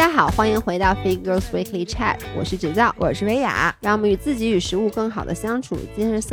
家好，欢迎回到 Fit Girls Weekly Chat， 我是芷造， 我是维雅， 让我们与自己与食物更好的相处。今天是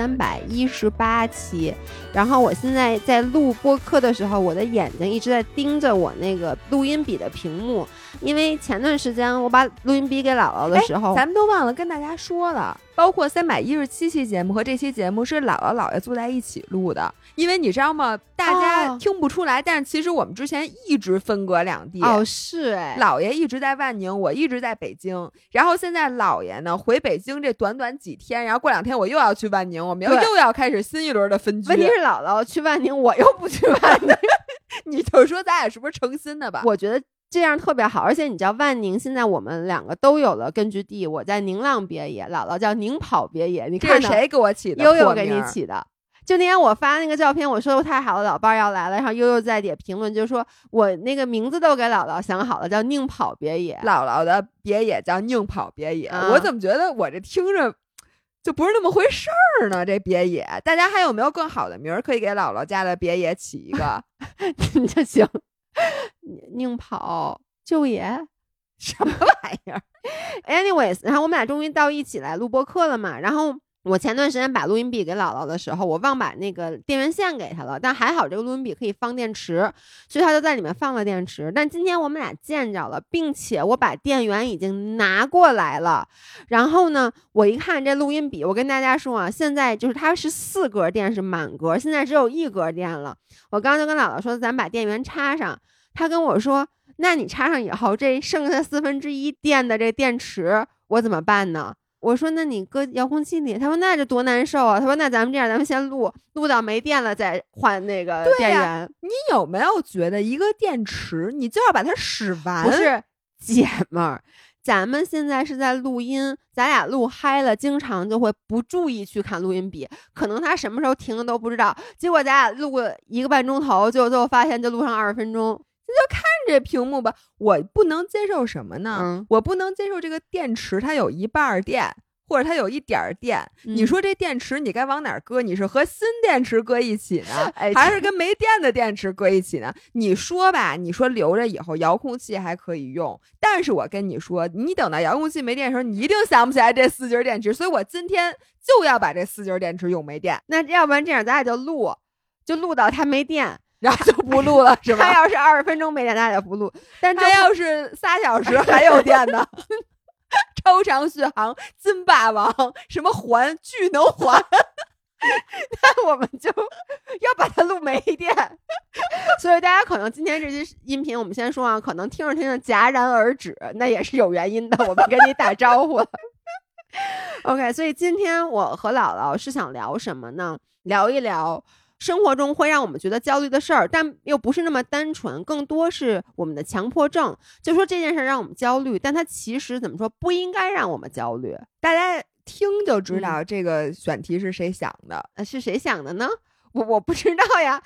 318期，然后我现在在录播客的时候，我的眼睛一直在盯着我那个录音笔的屏幕，因为前段时间我把录音笔给姥姥的时候， 咱们都忘了跟大家说了，包括317期节目和这期节目是姥姥姥爷坐在一起录的，因为你知道吗？大家听不出来，但是其实我们之前一直分隔两地。 是哎， 姥爷一直在万宁，我一直在北京，然后现在姥爷呢回北京这短短几天，然后过2天我又要去万宁，我们又要开始新一轮的分居。 问题是姥姥去万宁，我又不去万宁， 你就说咱俩是不是成心的吧？ 我觉得这样特别好，而且你知道万宁现在我们2个都有了根据地，我在宁浪别野，姥姥叫宁跑别野。你看这是谁给我起的？ 悠悠给你起的。就那天我发那个照片，我说太好了，老伴儿要来了，然后悠悠在底下评论就说我那个名字都给姥姥想好了，叫宁跑别野， 姥姥的别野叫宁跑别野。我怎么觉得我这听着就不是那么回事儿呢？这别野，大家还有没有更好的名儿可以给姥姥家的别野起一个就行？宁跑就野什么玩意儿 ？Anyways， 然后我们俩终于到一起来录播客了嘛，然后我前段时间把录音笔给姥姥的时候，我忘把那个电源线给她了，但还好这个录音笔可以放电池，所以她就在里面放了电池。但今天我们俩见着了，并且我把电源已经拿过来了。然后呢，我一看这录音笔，我跟大家说啊，现在就是它是4格电是满格，现在只有1格电了。我刚刚就跟姥姥说，咱把电源插上，她跟我说，那你插上以后，这剩下1/4电的这电池我怎么办呢？我说那你搁遥控器里，他说那这多难受啊，他说那咱们这样，咱们先录到没电了再换那个电源。 你有没有觉得一个电池你就要把它使完？ 不是姐们儿，咱们现在是在录音，咱俩录嗨了，经常就会不注意去看录音笔，可能他什么时候停的都不知道，结果咱俩录1个半钟头，最后发现就录上20分钟。 就看这屏幕吧，我不能接受什么呢？我不能接受这个电池它有1半电，或者它有1点电。你说这电池你该往哪儿搁？你是和新电池搁一起呢，还是跟没电的电池搁一起呢？你说吧，你说留着以后遥控器还可以用，但是我跟你说，你等到遥控器没电的时候，你一定想不起来这4节电池，所以我今天就要把这4节电池用没电。 那要不然这样，咱俩就录到它没电。 然后就不录了是吧？ 他要是20分钟没电，咱俩就不录。但他要是3小时还有电呢？超长续航、金霸王、什么环、巨能环， 那我们就要把它录没电。所以大家可能今天这期音频，我们先说啊，可能听着听着戛然而止，那也是有原因的。我们跟你打招呼了。OK， 所以今天我和姥姥是想聊什么呢？聊一聊生活中会让我们觉得焦虑的事儿，但又不是那么单纯，更多是我们的强迫症。就说这件事让我们焦虑，但它其实怎么说不应该让我们焦虑。 大家听就知道这个选题是谁想的。 是谁想的呢？我不知道呀。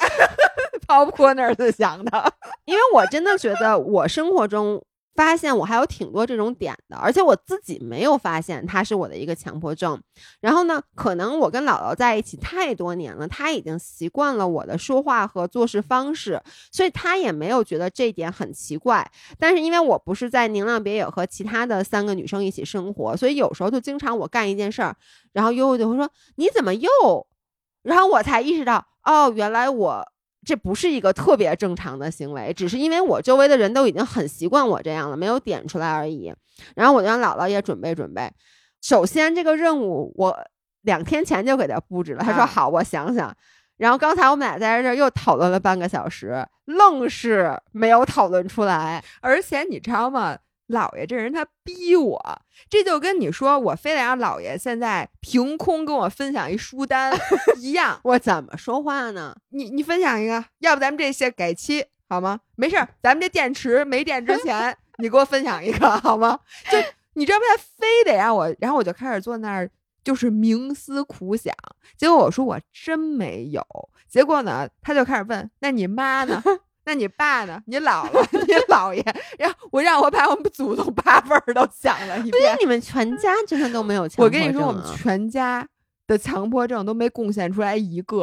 Pop Corners 想的。 因为我真的觉得我生活中发现我还有挺多这种点的，而且我自己没有发现它是我的一个强迫症。然后呢，可能我跟姥姥在一起太多年了，她已经习惯了我的说话和做事方式，所以她也没有觉得这一点很奇怪。但是因为我不是在宁浪别野和其他的3个女生一起生活，所以有时候就经常我干一件事儿，然后悠悠就会说你怎么又，然后我才意识到哦，原来这不是一个特别正常的行为，只是因为我周围的人都已经很习惯我这样了，没有点出来而已。然后我就让姥姥也准备。首先这个任务我2天前就给他布置了，他说好，我想想。然后刚才我们俩在这儿又讨论了半个小时，愣是没有讨论出来。 而且你知道吗？姥爷这人他逼我，这就跟你说我非得让姥爷现在凭空跟我分享一书单一样。 我怎么说话呢？ 你分享一个，要不咱们这些改期好吗？没事，咱们这电池没电之前你给我分享一个好吗？就你知道吗？他非得让我，然后我就开始坐那儿就是冥思苦想。结果我说我真没有。结果呢，他就开始问，那你妈呢？那你爸呢？你姥姥、你姥爷，然后让我把我们祖宗8辈儿都想了一遍。 不是你们全家真的都没有强迫症？ 我跟你说，我们全家的强迫症都没贡献出来一个。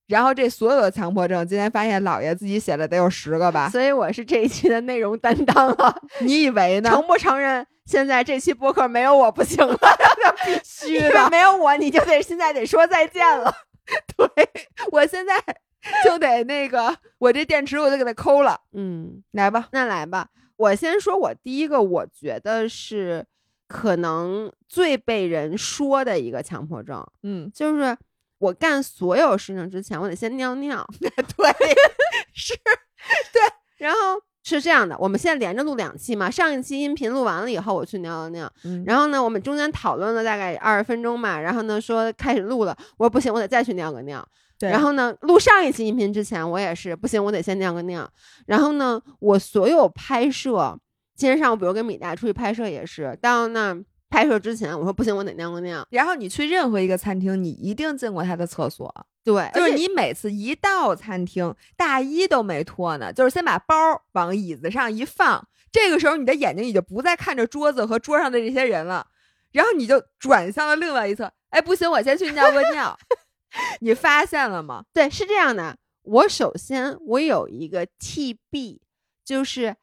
然后这所有的强迫症，今天发现姥爷自己写的得有10个吧， 所以我是这一期的内容担当了。 你以为呢？ 承不承认？现在这期播客没有我不行了，必须的， 没有我你就得现在得说再见了。对，我现在就得那个，我这电池我就给它抠了。来吧， 那来吧。我先说我第一个，我觉得是可能最被人说的一个强迫症，就是我干所有事情之前，我得先尿尿。 对，是， 对。然后是这样的，我们现在连着录2期嘛，上一期音频录完了以后，我去尿了尿，然后呢，我们中间讨论了大概20分钟嘛，然后呢说开始录了，我说不行，我得再去尿个尿。 对， 然后呢，录上一期音频之前，我也是不行，我得先尿个尿。然后呢，我所有拍摄，今天上午比如跟米大出去拍摄也是，到那拍摄之前，我说不行，我得尿个尿。 然后你去任何一个餐厅，你一定进过他的厕所。 对， 就是你每次一到餐厅，大衣都没脱呢，就是先把包往椅子上一放，这个时候你的眼睛已经不再看着桌子和桌上的这些人了，然后你就转向了另外一侧。哎，不行，我先去尿个尿。你发现了吗？ 对，是这样的。我首先我有一个 TB， 就是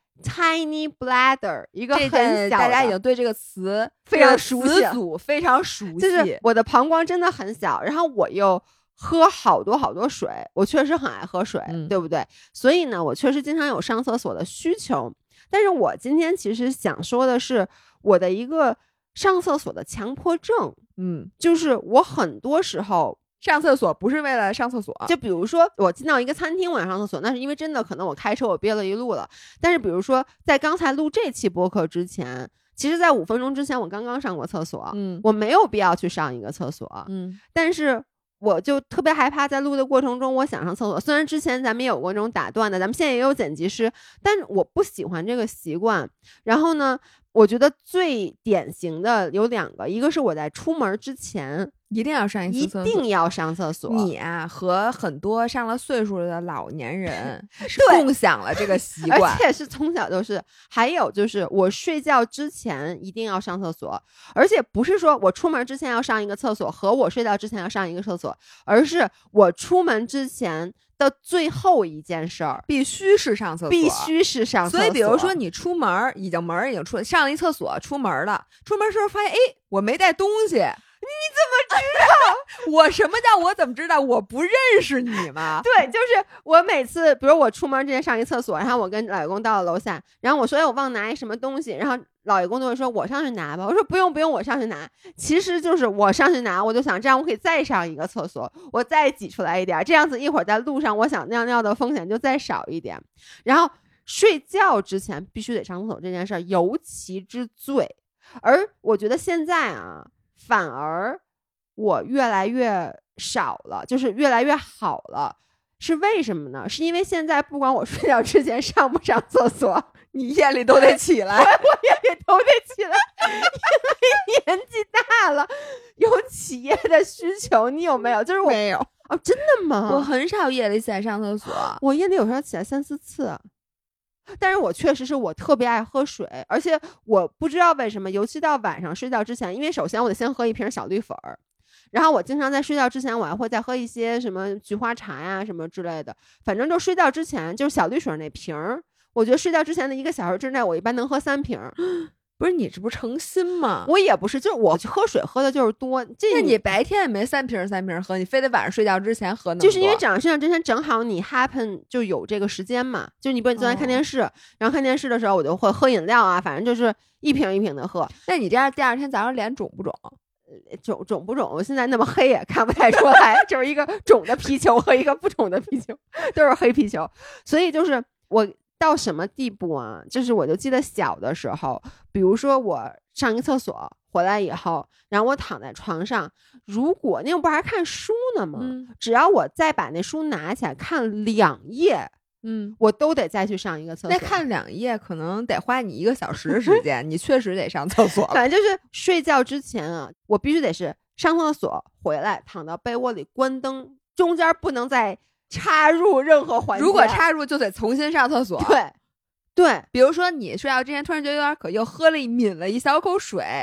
tiny bladder， 一个很小的， 大家已经对这个词非常熟悉， 非常熟悉。 就是我的膀胱真的很小，然后我又喝好多水，我确实很爱喝水，对不对？所以呢，我确实经常有上厕所的需求。但是我今天其实想说的是我的一个上厕所的强迫症，就是我很多时候上厕所不是为了上厕所， 就比如说我进到一个餐厅我想上厕所，那是因为真的可能我开车我憋了一路了。但是比如说在刚才录这期播客之前，其实在5分钟之前我刚刚上过厕所，我没有必要去上一个厕所，但是我就特别害怕在录的过程中我想上厕所。虽然之前咱们也有过这种打断的，咱们现在也有剪辑师，但是我不喜欢这个习惯。然后呢，我觉得最典型的有2个，一个是我在出门之前一定要上一次厕所， 一定要上厕所。 你啊，和很多上了岁数的老年人是共享了这个习惯， 而且是从小就是。还有就是我睡觉之前一定要上厕所，而且不是说我出门之前要上一个厕所和我睡觉之前要上一个厕所，而是我出门之前的最后一件事儿必须是上厕所， 必须是上厕所。 所以比如说你出门门已经出上了一厕所，出门了，出门时候发现哎我没带东西，你怎么知道？我什么叫我怎么知道？我不认识你吗？ 对，就是我每次比如我出门之前上一厕所，然后我跟老爷公到了楼下，然后我说哎我忘拿一什么东西，然后老爷公就会说我上去拿吧，我说不用我上去拿。其实就是我上去拿，我就想这样我可以再上一个厕所，我再挤出来一点，这样子一会儿在路上我想尿尿的风险就再少一点。然后睡觉之前必须得上厕所这件事儿尤其之最。而我觉得现在啊反而我越来越少了，就是越来越好了。是为什么呢？是因为现在不管我睡觉之前上不上厕所， 你夜里都得起来， 我夜里都得起来，因为年纪大了，有起夜的需求。你有没有？就是我没有哦，真的吗？ 我很少夜里起来上厕所， 我夜里有时候起来3、4次。但是我确实是我特别爱喝水，而且我不知道为什么，尤其到晚上睡觉之前，因为首先我得先喝一瓶小绿粉儿，然后我经常在睡觉之前我还会再喝一些什么菊花茶呀什么之类的，反正就睡觉之前就是小绿水那瓶儿，我觉得睡觉之前的1个小时之内我一般能喝3瓶。 不是你这不诚心吗？ 我也不是，就是我喝水喝的就是多。 那你白天也没3瓶喝，你非得晚上睡觉之前喝那么多？ 就是因为早上睡觉之前正好你 happen 就有这个时间嘛，就你不是昨天看电视，然后看电视的时候我就会喝饮料啊，反正就是一瓶一瓶的喝。 那你这样第2天早上脸肿不肿？ 肿不肿？我现在那么黑也看不太出来，就是一个肿的皮球和一个不肿的皮球，都是黑皮球。所以就是我到什么地步啊？就是我就记得小的时候，比如说我上一个厕所回来以后，然后我躺在床上，如果那会儿不还看书呢吗？只要我再把那书拿起来看2页，我都得再去上一个厕所。 那看2页可能得花你1个小时时间，你确实得上厕所。 反正就是睡觉之前啊，我必须得是上厕所回来，躺到被窝里关灯，中间不能再插入任何环节， 如果插入就得重新上厕所。 对， 比如说你睡觉之前突然觉得有点渴，又抿了一小口水，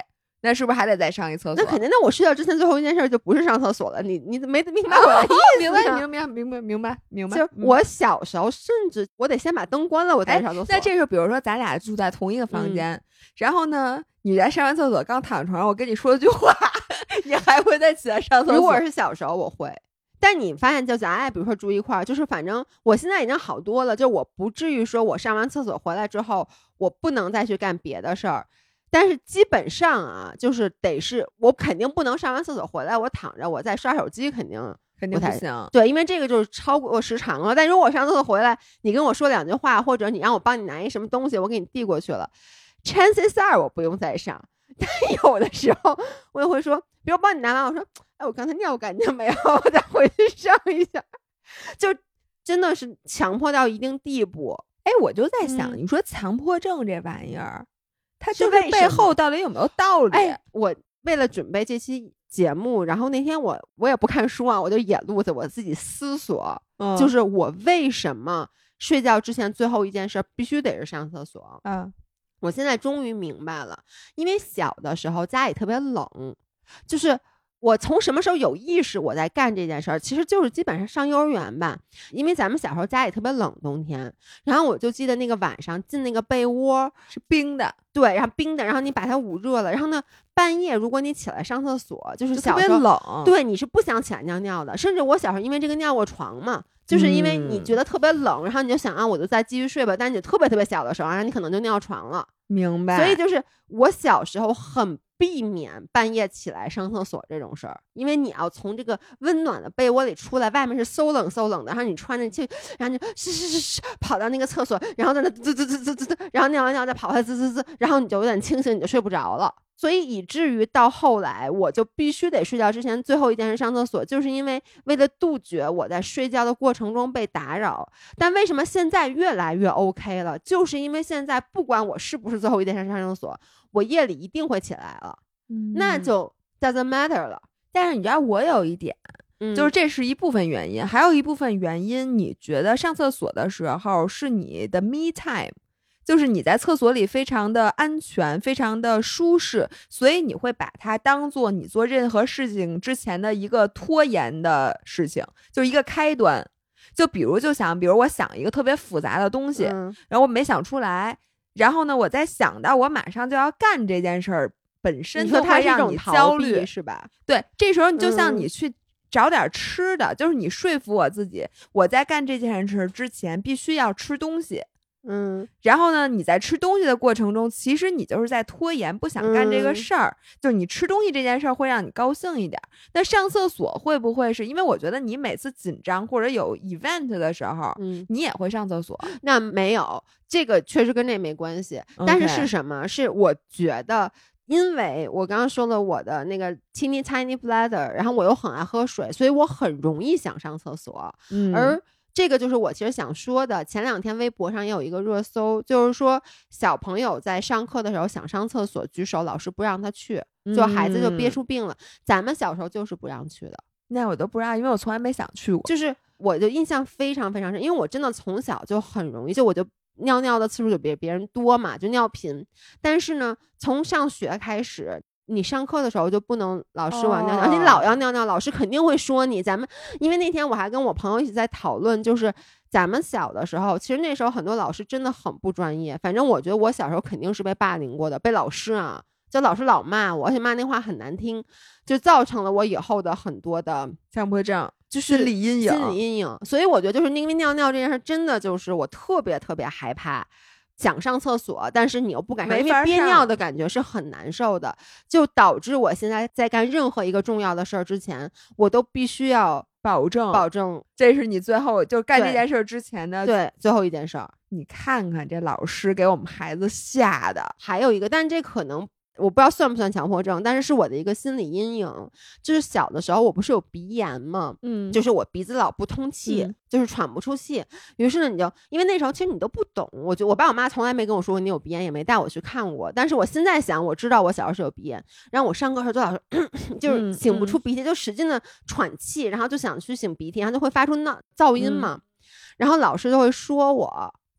那是不是还得再上一厕所？ 那肯定。那我睡觉之前最后一件事就不是上厕所了。你没明白我的意思？ 明白。 就我小时候，甚至我得先把灯关了，我再上厕所。 那这时候，比如说咱俩住在同一个房间，然后呢，你在上完厕所刚躺床上，我跟你说了句话，你还会再起来上厕所？ 如果是小时候，我会。但你发现，就咱俩比如说住一块儿，就是反正我现在已经好多了，就我不至于说我上完厕所回来之后，我不能再去干别的事儿。但是基本上啊，就是得是我肯定不能上完厕所回来，我躺着我再刷手机，肯定不行。 对，因为这个就是超过时长了。但如果我上厕所回来，你跟我说2句话，或者你让我帮你拿一什么东西，我给你递过去了 ，chances are 我不用再上。但有的时候我也会说，比如帮你拿完，我说，哎，我刚才尿干净没有？我再回去上一下，就真的是强迫到一定地步。 哎，我就在想，你说强迫症这玩意儿。它就是背后到底有没有道理？ 哎，我为了准备这期节目，然后那天我也不看书啊，我就野路子，我自己思索，就是我为什么睡觉之前最后一件事必须得是上厕所。我现在终于明白了，因为小的时候家里特别冷，就是我从什么时候有意识我在干这件事儿，其实就是基本上上幼儿园吧。因为咱们小时候家里特别冷，冬天，然后我就记得那个晚上进那个被窝是冰的， 对，然后冰的，然后你把它捂热了，然后呢半夜如果你起来上厕所，就是小时候特别冷， 对，你是不想起来尿尿的。甚至我小时候因为这个尿过床嘛，就是因为你觉得特别冷，然后你就想啊，我就再继续睡吧。但是你特别特别小的时候，然后你可能就尿床了。 明白。 所以就是我小时候很避免半夜起来上厕所这种事儿，因为你要从这个温暖的被窝里出来，外面是馊冷的，然后你穿着去，然后就是跑到那个厕所，然后在那滋，然后尿完尿再跑回来滋，然后你就有点清醒，你就睡不着了。所以以至于到后来我就必须得睡觉之前最后一件事上厕所，就是因为为了杜绝我在睡觉的过程中被打扰。但为什么现在越来越 OK 了，就是因为现在不管我是不是最后一件事上厕所，我夜里一定会起来了，那就 doesn't matter 了。 但是你知道我有一点，就是这是一部分原因，还有一部分原因，你觉得上厕所的时候是你的 me time，就是你在厕所里非常的安全，非常的舒适，所以你会把它当做你做任何事情之前的一个拖延的事情，就是一个开端。就比如我想一个特别复杂的东西，然后我没想出来，然后呢，我在想到我马上就要干这件事儿本身就会让你焦虑， 是吧？ 对，这时候你就像你去找点吃的，就是你说服我自己，我在干这件事之前必须要吃东西。然后呢，你在吃东西的过程中，其实你就是在拖延，不想干这个事儿。就是你吃东西这件事儿会让你高兴一点。那上厕所会不会是因为我觉得你每次紧张或者有 event 的时候，你也会上厕所？ 那没有，这个确实跟这没关系。但是什么？是我觉得，因为我刚刚说了我的那个 teeny tiny bladder， 然后我又很爱喝水，所以我很容易想上厕所。而这个就是我其实想说的，前2天微博上也有一个热搜，就是说小朋友在上课的时候想上厕所举手，老师不让他去，就孩子就憋出病了。咱们小时候就是不让去的。 那我都不知道，因为我从来没想去过。 就是我就印象非常非常深，因为我真的从小就很容易，我就尿的次数就比别人多嘛，就尿频。但是呢，从上学开始，你上课的时候就不能老师我要尿尿，你老要尿尿，老师肯定会说你。因为那天我还跟我朋友一起在讨论，就是咱们小的时候，其实那时候很多老师真的很不专业。反正我觉得我小时候肯定是被霸凌过的，被老师啊，就老师老骂我，而且骂那话很难听，就造成了我以后的很多的强迫症， 就是心理阴影。所以我觉得就是因为尿尿这件事，真的就是我特别特别害怕。想上厕所，但是你又不敢上，因为憋尿的感觉是很难受的，就导致我现在在干任何一个重要的事儿之前，我都必须要保证， 这是你最后就干这件事之前的对最后一件事儿。 你看看这老师给我们孩子吓的。 还有一个，但这可能我不知道算不算强迫症，但是我的一个心理阴影，就是小的时候我不是有鼻炎吗？就是我鼻子老不通气，就是喘不出气。于是呢，你就因为那时候其实你都不懂，我爸我妈从来没跟我说过你有鼻炎，也没带我去看过。但是我现在想，我知道我小时候是有鼻炎，然后我上课的时候就老是就是擤不出鼻涕，就使劲的喘气，然后就想去擤鼻涕，然后就会发出噪音嘛。然后老师就会说我，就是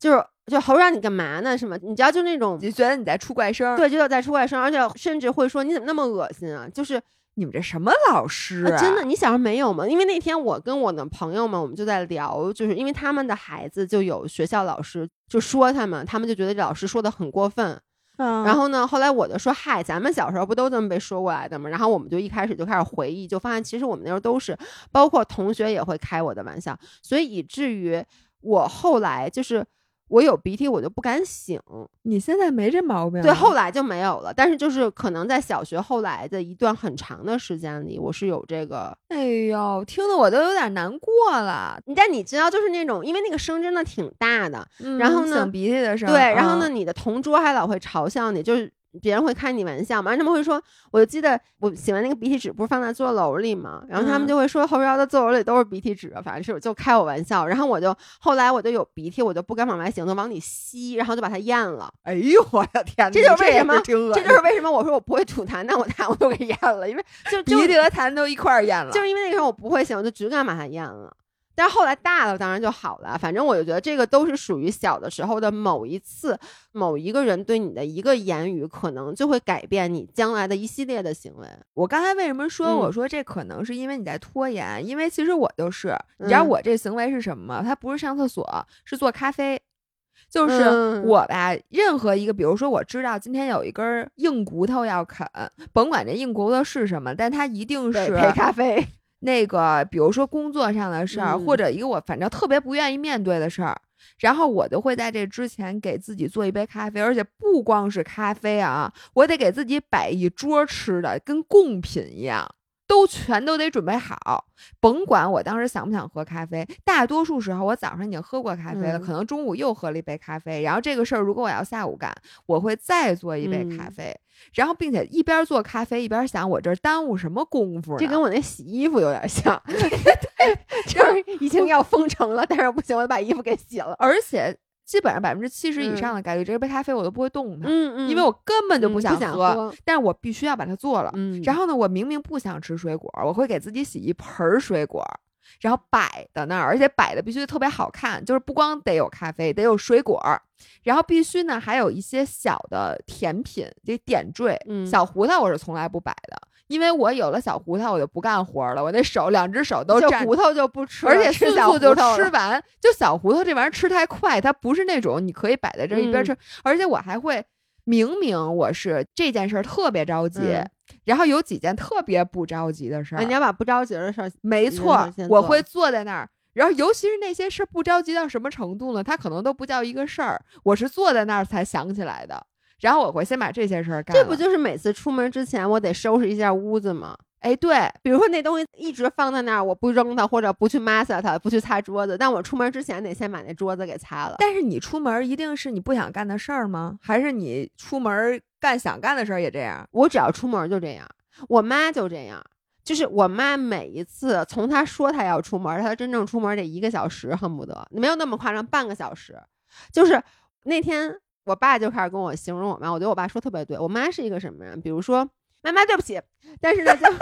就侯让你干嘛呢？是吗？你知道就那种就觉得你在出怪声， 对，觉得在出怪声，而且甚至会说你怎么那么恶心啊？就是你们这什么老师啊？ 真的，你小时候没有吗？因为那天我跟我的朋友们，我们就在聊，就是因为他们的孩子就有学校老师就说他们就觉得这老师说的很过分。然后呢，后来我就说，嗨，咱们小时候不都这么被说过来的吗？然后我们就一开始就开始回忆，就发现其实我们那时候都是，包括同学也会开我的玩笑，所以以至于我后来就是我有鼻涕我就不敢擤。 你现在没这毛病？ 对，后来就没有了。但是就是可能在小学后来的一段很长的时间里，我是有这个。 哎呦，听得我都有点难过了。 但你知道，就是那种，因为那个声真的挺大的，然后呢， 擤鼻涕的声， 对，然后呢，你的同桌还老会嘲笑你，就是别人会开你玩笑嘛，他们会说，我就记得我写完那个鼻涕纸不是放在座楼里嘛，然后他们就会说侯瑶的座楼里都是鼻涕纸，反正是就开我玩笑，然后后来我就有鼻涕，我就不敢往外擤，就往里吸，然后就把它咽了。 哎呦我的天哪， 这就是为什么，这就是为什么我说我不会吐痰，但我痰我都给咽了，因为就鼻涕和痰都一块儿咽了， 就是因为那个时候我不会擤，我就只敢把它咽了。但是后来大了当然就好了，反正我就觉得这个都是属于小的时候的某一次，某一个人对你的一个言语可能就会改变你将来的一系列的行为。 我刚才为什么说我说这可能是因为你在拖延，因为其实我就是你知道我这行为是什么吗？它不是上厕所，是做咖啡。就是我吧，任何一个比如说我知道今天有一根硬骨头要啃，甭管这硬骨头是什么，但它一定是配咖啡。 那个比如说工作上的事儿，或者一个我反正特别不愿意面对的事儿，然后我就会在这之前给自己做一杯咖啡，而且不光是咖啡啊，我得给自己摆一桌吃的，跟贡品一样，全都得准备好。甭管我当时想不想喝咖啡，大多数时候我早上已经喝过咖啡了，可能中午又喝了一杯咖啡，然后这个事儿如果我要下午干，我会再做一杯咖啡，然后并且一边做咖啡一边想我这耽误什么功夫呢？ 这跟我那洗衣服有点像。就是已经要封城了，但是不行，我就把衣服给洗了。 而且基本上70%以上的概率，这杯咖啡我都不会动它，因为我根本就不想喝，但是我必须要把它做了。然后呢，我明明不想吃水果，我会给自己洗一盆水果，然后摆在那儿，而且摆的必须特别好看，就是不光得有咖啡，得有水果，然后必须呢还有一些小的甜品，这点缀。小胡桃我是从来不摆的。因为我有了小胡桃，我就不干活了，我那两只手都蘸胡桃就不吃， 而且迅速就吃完。就小胡桃这玩意儿吃太快，它不是那种你可以摆在这一边吃，而且我还会明明我是这件事儿特别着急，然后有几件特别不着急的事儿， 你要把不着急的事儿， 没错，我会坐在那儿。然后尤其是那些事儿不着急到什么程度呢？它可能都不叫一个事儿，我是坐在那儿才想起来的。然后我会先把这些事儿干了。 这不就是每次出门之前我得收拾一下屋子吗？ 哎，对， 比如说那东西一直放在那儿，我不扔它或者不去抹撒它，不去擦桌子，但我出门之前得先把那桌子给擦了。 但是你出门一定是你不想干的事儿吗？还是你出门干想干的事儿也这样？ 我只要出门就这样，我妈就这样。就是我妈每一次从她说她要出门，她真正出门得1个小时，恨不得没有那么夸张，半个小时。就是那天我爸就开始跟我形容我妈，我觉得我爸说特别对。我妈是一个什么人？比如说，妈妈对不起，但是呢，就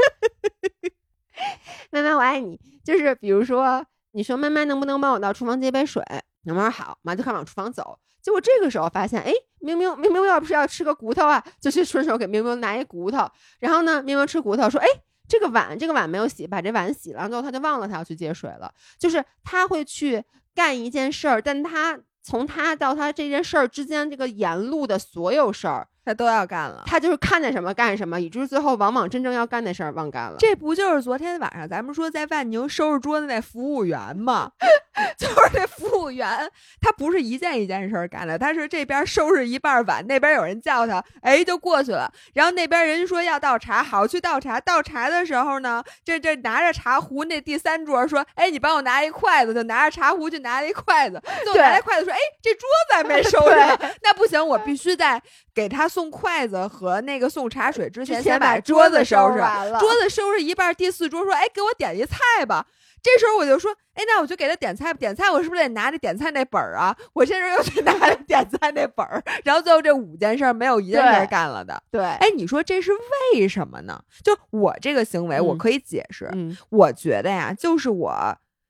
妈妈我爱你。就是比如说，你说妈妈能不能帮我到厨房接杯水？妈妈说好，妈就开始往厨房走。结果这个时候发现，哎，明明要不是要吃个骨头啊，就去顺手给明明拿一骨头。然后呢，明明吃骨头说，哎，这个碗没有洗，把这碗洗了。然后最后他就忘了他要去接水了。就是他会去干一件事儿，但他从他到他这件事儿之间，这个沿路的所有事儿他都要干了， 他就是看见什么干什么，以至于最后往往真正要干的事儿忘干了。 这不就是昨天晚上咱们说在万宁收拾桌子那服务员吗？就是这服务员，他不是一件一件事儿干的，他是这边收拾一半碗，那边有人叫他，哎，就过去了。然后那边人说要倒茶，好去倒茶。倒茶的时候呢，这拿着茶壶，那第3桌说，哎，你帮我拿一筷子，就拿着茶壶去拿了一筷子，就拿来筷子说，哎，这桌子还没收拾，那不行，我必须在给他送筷子和那个送茶水之前先把桌子收拾完了。 桌子收拾一半，第4桌说，哎，给我点一菜吧。这时候我就说，哎，那我就给他点菜。点菜我是不是得拿着点菜那本儿啊？我现在又去拿着点菜那本儿，然后最后这5件事没有一件事干了的。 对， 哎，你说这是为什么呢？就我这个行为，我可以解释。我觉得呀，就是我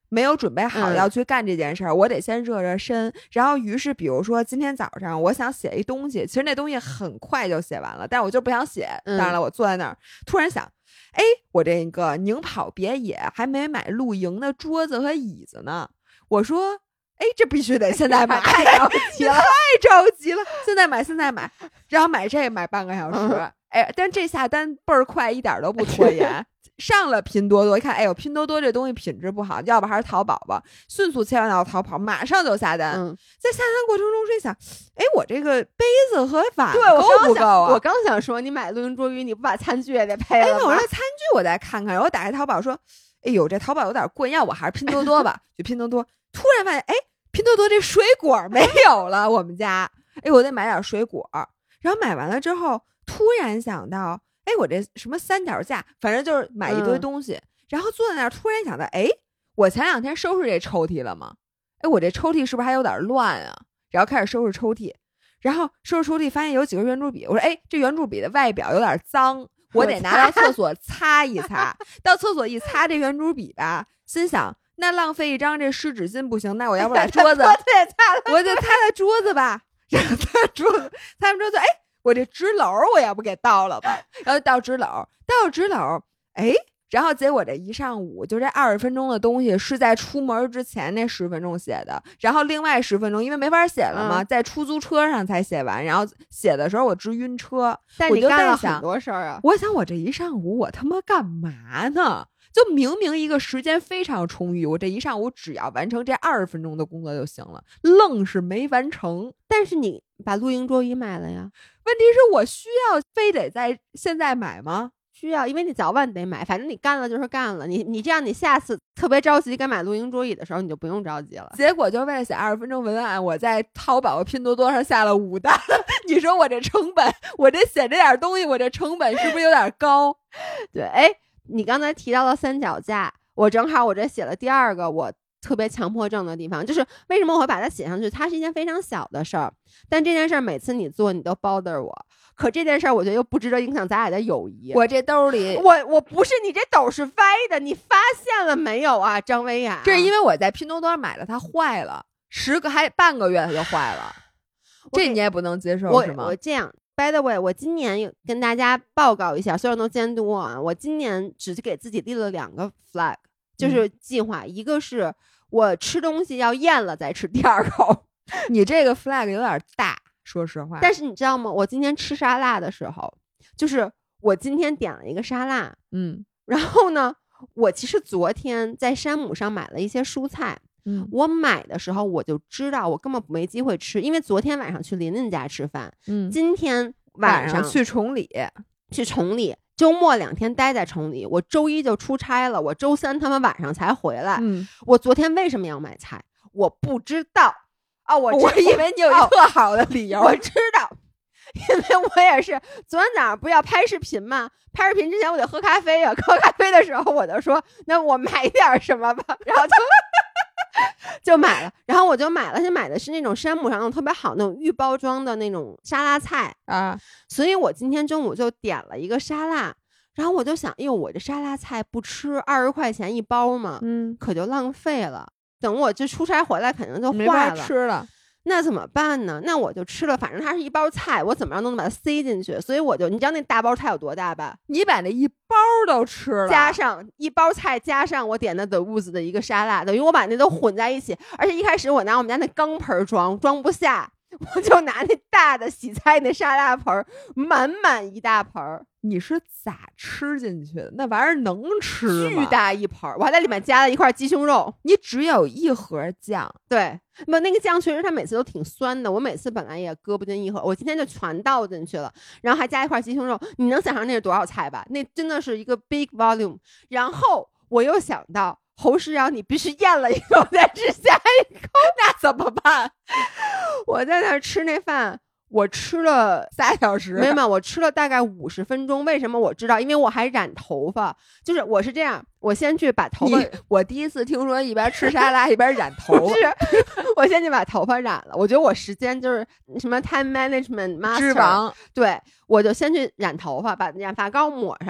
没有准备好要去干这件事儿，我得先热热身。然后于是比如说今天早上我想写一东西，其实那东西很快就写完了，但我就不想写。当然了，我坐在那儿突然想，哎，我这个宁跑别野还没买露营的桌子和椅子呢。我说，哎，这必须得现在买， 太着急了， 太着急了，现在买，然后买这买半个小时。哎，但这下单倍儿快，一点都不拖延。上了拼多多一看，哎呦，拼多多这东西品质不好，要不还是淘宝吧。迅速切换到淘宝，马上就下单。在下单过程中是想，哎，我这个杯子和碗够不够啊？ 我刚想说，你买露营桌椅，你不把餐具也得配了吗？ 哎，我说餐具我再看看，然后我打开淘宝说，哎呦，这淘宝有点贵，要我还是拼多多吧。去拼多多，突然发现，哎，拼多多这水果没有了，我们家，哎，我得买点水果。然后买完了之后，突然想到，哎，我这什么三脚架，反正就是买一堆东西，然后坐在那儿，突然想到，哎，我前2天收拾这抽屉了吗？哎，我这抽屉是不是还有点乱啊？然后开始收拾抽屉，然后收拾抽屉发现有几根圆珠笔，我说，哎，这圆珠笔的外表有点脏，我得拿到厕所擦一擦。到厕所一擦这圆珠笔吧，心想，那浪费一张这湿纸巾不行，那我要不把桌子我就擦擦桌子吧。然后擦桌子，哎，我这纸篓我要不给倒了吧？然后倒纸篓，哎，然后结果这一上午就这20分钟的东西是在出门之前那10分钟写的，然后另外10分钟因为没法写了嘛，在出租车上才写完，然后写的时候我直晕车。 但你干了很多事儿啊！ 我想我这一上午我他妈干嘛呢？就明明一个时间非常充裕，我这一上午只要完成这20分钟的工作就行了，愣是没完成。 但是你把露营桌椅买了呀？ 问题是我需要非得在现在买吗？ 需要，因为你早晚得买，反正你干了就是干了。你这样，你下次特别着急该买露营桌椅的时候，你就不用着急了。 结果就为了写20分钟文案，我在淘宝、拼多多上下了5单。你说我这成本，我这写这点东西，我这成本是不是有点高？ 对，哎，你刚才提到了三脚架，我正好我这写了第2个我特别强迫症的地方，就是为什么我会把它写上去？它是一件非常小的事儿，但这件事儿每次你做你都 bother 我，可这件事儿我觉得又不值得影响咱俩的友谊。 我这兜里， 我不是，你这斗是歪的，你发现了没有啊，张薇娅？ 这是因为我在拼多多买了，它坏了，10个还半个月它就坏了，这你也不能接受是吗？ 我这样。By the way， 我今年跟大家报告一下，所有人都监督我啊。我今年只给自己立了2个 flag， 就是计划，一个是我吃东西要咽了再吃第2口。 你这个 flag 有点大，说实话。 但是你知道吗？我今天吃沙拉的时候，就是我今天点了一个沙拉，然后呢，我其实昨天在山姆上买了一些蔬菜。我买的时候我就知道我根本没机会吃，因为昨天晚上去琳琳家吃饭，今天晚上去崇礼， 周末2天待在崇礼，我周1就出差了，我周3他们晚上才回来。我昨天为什么要买菜？我不知道啊，我以为你有一特好的理由。 我知道，因为我也是昨天早上不要拍视频嘛，拍视频之前我得喝咖啡啊，喝咖啡的时候我就说，那我买点什么吧，然后就买了，然后我就买了，他买的是那种山姆上那种特别好那种预包装的那种沙拉菜啊， 所以我今天中午就点了一个沙拉，然后我就想，哎呦，我这沙拉菜不吃20块钱一包嘛，可就浪费了，等我这出差回来肯定就坏了， 没法吃了。 那怎么办呢？那我就吃了，反正它是一包菜，我怎么样都能把它塞进去，所以我就，你知道那大包菜有多大吧？ 你把那一包都吃了， 加上一包菜，加上我点的 The Woods 的一个沙拉，等于我把那都混在一起。而且一开始我拿我们家那钢盆装不下，我就拿那大的洗菜那沙拉盆，满满一大盆。 你是咋吃进去的？那玩意儿能吃吗？ 巨大一盆，我还在里面加了一块鸡胸肉。 你只有1盒酱， 对，那个酱确实它每次都挺酸的，我每次本来也搁不进1盒，我今天就全倒进去了，然后还加一块鸡胸肉。你能想象那是多少菜吧？那真的是一个 big volume。然后我又想到，侯世阳，你必须咽了一口再吃下一口， 那怎么办？ 我在那儿吃那饭。我吃了 3小时， 没有，我吃了大概50分钟。为什么我知道？因为我还染头发，就是我是这样，我先去把头发。 我第一次听说一边吃沙拉一边染头发， 是我先去把头发染了。我觉得我时间就是什么 time management master 之王， 对，我就先去染头发，把染发膏抹上。